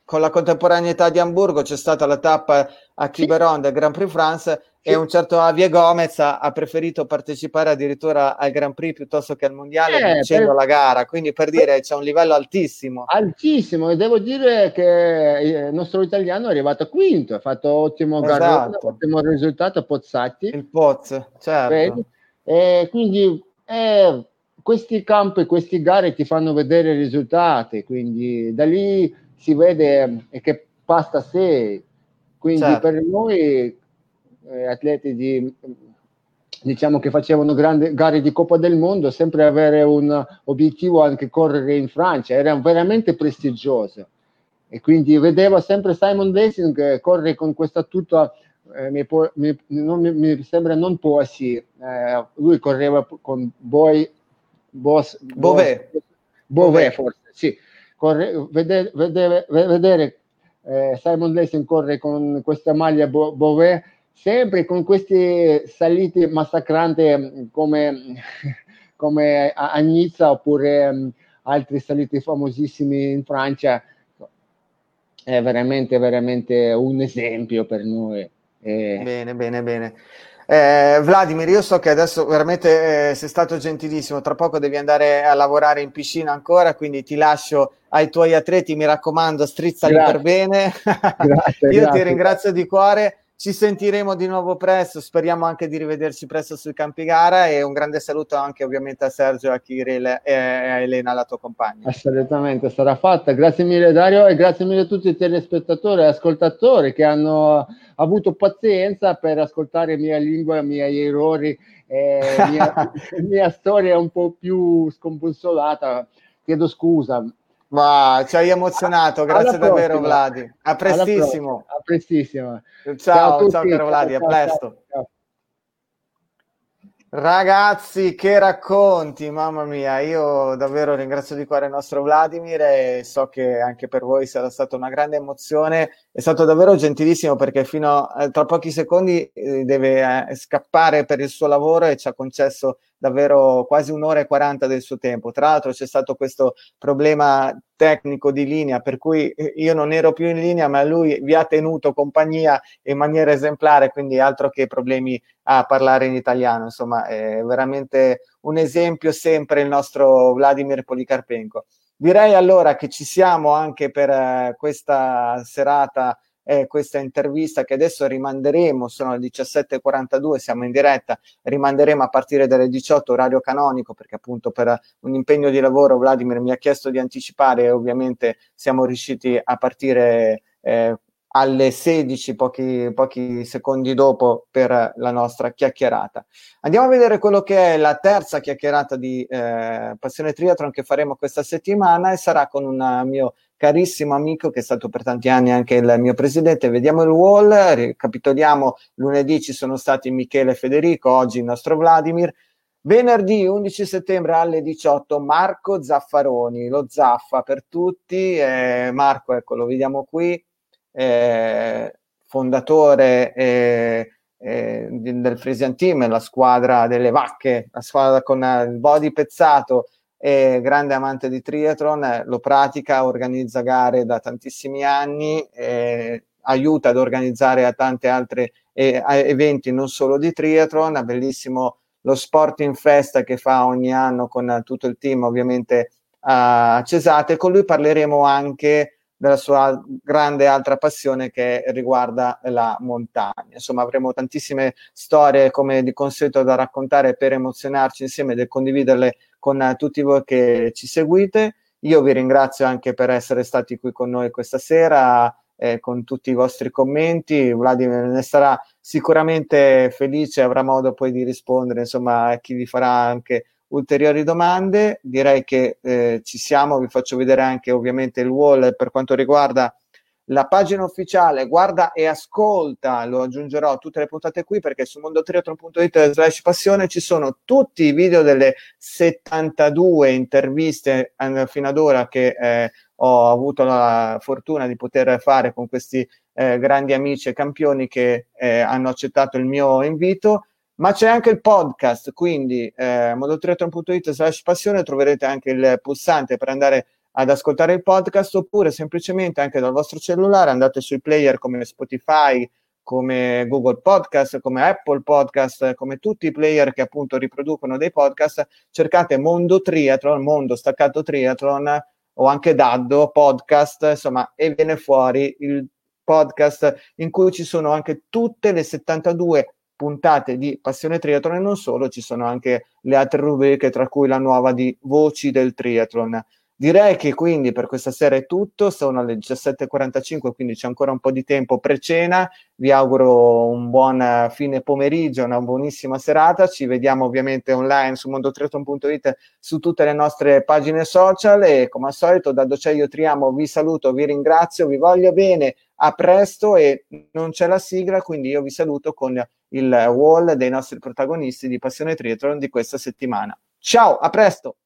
con la contemporaneità di Amburgo c'è stata la tappa a Quiberon del Grand Prix France sì. e un certo Javier Gomez ha, ha preferito partecipare addirittura al Grand Prix piuttosto che al Mondiale eh, vincendo per... la gara, quindi per dire c'è un livello altissimo. Altissimo, e devo dire che il nostro italiano è arrivato quinto, ha fatto ottimo esatto. garrone, ottimo risultato, Pozzatti. Il Poz, certo. Vedi? E quindi eh, questi campi, queste gare ti fanno vedere i risultati, quindi da lì si vede che passa sei, quindi certo. per noi eh, atleti di, diciamo che facevano grandi gare di Coppa del Mondo, sempre avere un obiettivo anche correre in Francia, era veramente prestigioso e quindi vedevo sempre Simon Lessing che corre con questa tuta eh, mi, mi, non, mi, mi sembra non Poissy, eh, lui correva con Boy Boss, Beauvais Boss, Beauvais forse, sì. Corre, vedere, vedere, vedere eh, Simon Lessing corre con questa maglia Bo- Beauvais, sempre con questi saliti massacranti come, come a, a Nizza oppure um, altri saliti famosissimi in Francia, è veramente veramente un esempio per noi. Eh. Bene, bene, bene. Eh, Vladimir, io so che adesso veramente eh, sei stato gentilissimo, tra poco devi andare a lavorare in piscina ancora, quindi ti lascio ai tuoi atleti, mi raccomando, strizzali grazie. per bene. Grazie, io grazie. ti ringrazio di cuore, ci sentiremo di nuovo presto, speriamo anche di rivederci presto sui campi gara e un grande saluto anche ovviamente a Sergio, a Kirill e a Elena, la tua compagna. Assolutamente, sarà fatta. Grazie mille Dario e grazie mille a tutti i telespettatori e ascoltatori che hanno avuto pazienza per ascoltare mia lingua, i miei errori, eh, mia, mia storia un po' più scombussolata. Chiedo scusa. Ma ci hai emozionato, grazie alla davvero prossima. Vladi. A prestissimo. A prestissimo. Ciao, ciao, ciao caro Vladi, a presto. Ciao, ciao. Ragazzi, che racconti, mamma mia, io davvero ringrazio di cuore il nostro Vladimir e so che anche per voi sarà stata una grande emozione, è stato davvero gentilissimo perché fino a tra pochi secondi eh, deve eh, scappare per il suo lavoro e ci ha concesso davvero quasi un'ora e quaranta del suo tempo. Tra l'altro c'è stato questo problema tecnico di linea per cui io non ero più in linea, ma lui vi ha tenuto compagnia in maniera esemplare, quindi altro che problemi a parlare in italiano. Insomma, è veramente un esempio sempre il nostro Vladimir Polikarpenko. Direi allora che ci siamo anche per uh, questa serata, eh, questa intervista che adesso rimanderemo, sono le diciassette e quarantadue, siamo in diretta, rimanderemo a partire dalle diciotto orario canonico perché appunto per un impegno di lavoro Vladimir mi ha chiesto di anticipare e ovviamente siamo riusciti a partire eh, alle sedici, pochi, pochi secondi dopo per la nostra chiacchierata. Andiamo a vedere quello che è la terza chiacchierata di eh, Passione Triathlon che faremo questa settimana e sarà con un mio carissimo amico che è stato per tanti anni anche il mio presidente. Vediamo il wall, ricapitoliamo, lunedì ci sono stati Michele e Federico, oggi il nostro Vladimir. Venerdì undici settembre alle diciotto Marco Zaffaroni, lo Zaffa per tutti, eh, Marco ecco lo vediamo qui, eh, fondatore eh, eh, del Frisian Team, la squadra delle vacche, la squadra con il body pezzato, è grande amante di triathlon, eh, lo pratica, organizza gare da tantissimi anni, eh, aiuta ad organizzare a tante altre eh, eventi non solo di triathlon, è bellissimo lo Sport in Festa che fa ogni anno con tutto il team ovviamente a Cesate. Con lui parleremo anche della sua grande altra passione che riguarda la montagna. Insomma, avremo tantissime storie come di consueto da raccontare per emozionarci insieme e condividerle con tutti voi che ci seguite. Io vi ringrazio anche per essere stati qui con noi questa sera, eh, con tutti i vostri commenti. Vladimir ne sarà sicuramente felice, avrà modo poi di rispondere, insomma, a chi vi farà anche ulteriori domande. Direi che eh, ci siamo, vi faccio vedere anche ovviamente il wall per quanto riguarda la pagina ufficiale, guarda e ascolta, lo aggiungerò a tutte le puntate qui perché su mondotriathlon punto it slash passione ci sono tutti i video delle settantadue interviste eh, fino ad ora che eh, ho avuto la fortuna di poter fare con questi eh, grandi amici e campioni che eh, hanno accettato il mio invito. Ma c'è anche il podcast, quindi eh, mondotriathlon punto it slash passione, troverete anche il pulsante per andare ad ascoltare il podcast, oppure semplicemente anche dal vostro cellulare andate sui player come Spotify, come Google Podcast, come Apple Podcast, come tutti i player che appunto riproducono dei podcast, cercate Mondo Triathlon, Mondo Staccato Triathlon o anche Daddo Podcast, insomma, e viene fuori il podcast in cui ci sono anche tutte le settantadue puntate di Passione Triathlon e non solo, ci sono anche le altre rubriche, tra cui la nuova di Voci del Triathlon. Direi che quindi per questa sera è tutto, sono le diciassette e quarantacinque, quindi c'è ancora un po' di tempo pre-cena, vi auguro un buon fine pomeriggio, una buonissima serata, ci vediamo ovviamente online su mondotriathlon punto it, su tutte le nostre pagine social e come al solito da Doceio Triamo vi saluto, vi ringrazio, vi voglio bene, a presto e non c'è la sigla, quindi io vi saluto con il wall dei nostri protagonisti di Passione Triathlon di questa settimana. Ciao, a presto!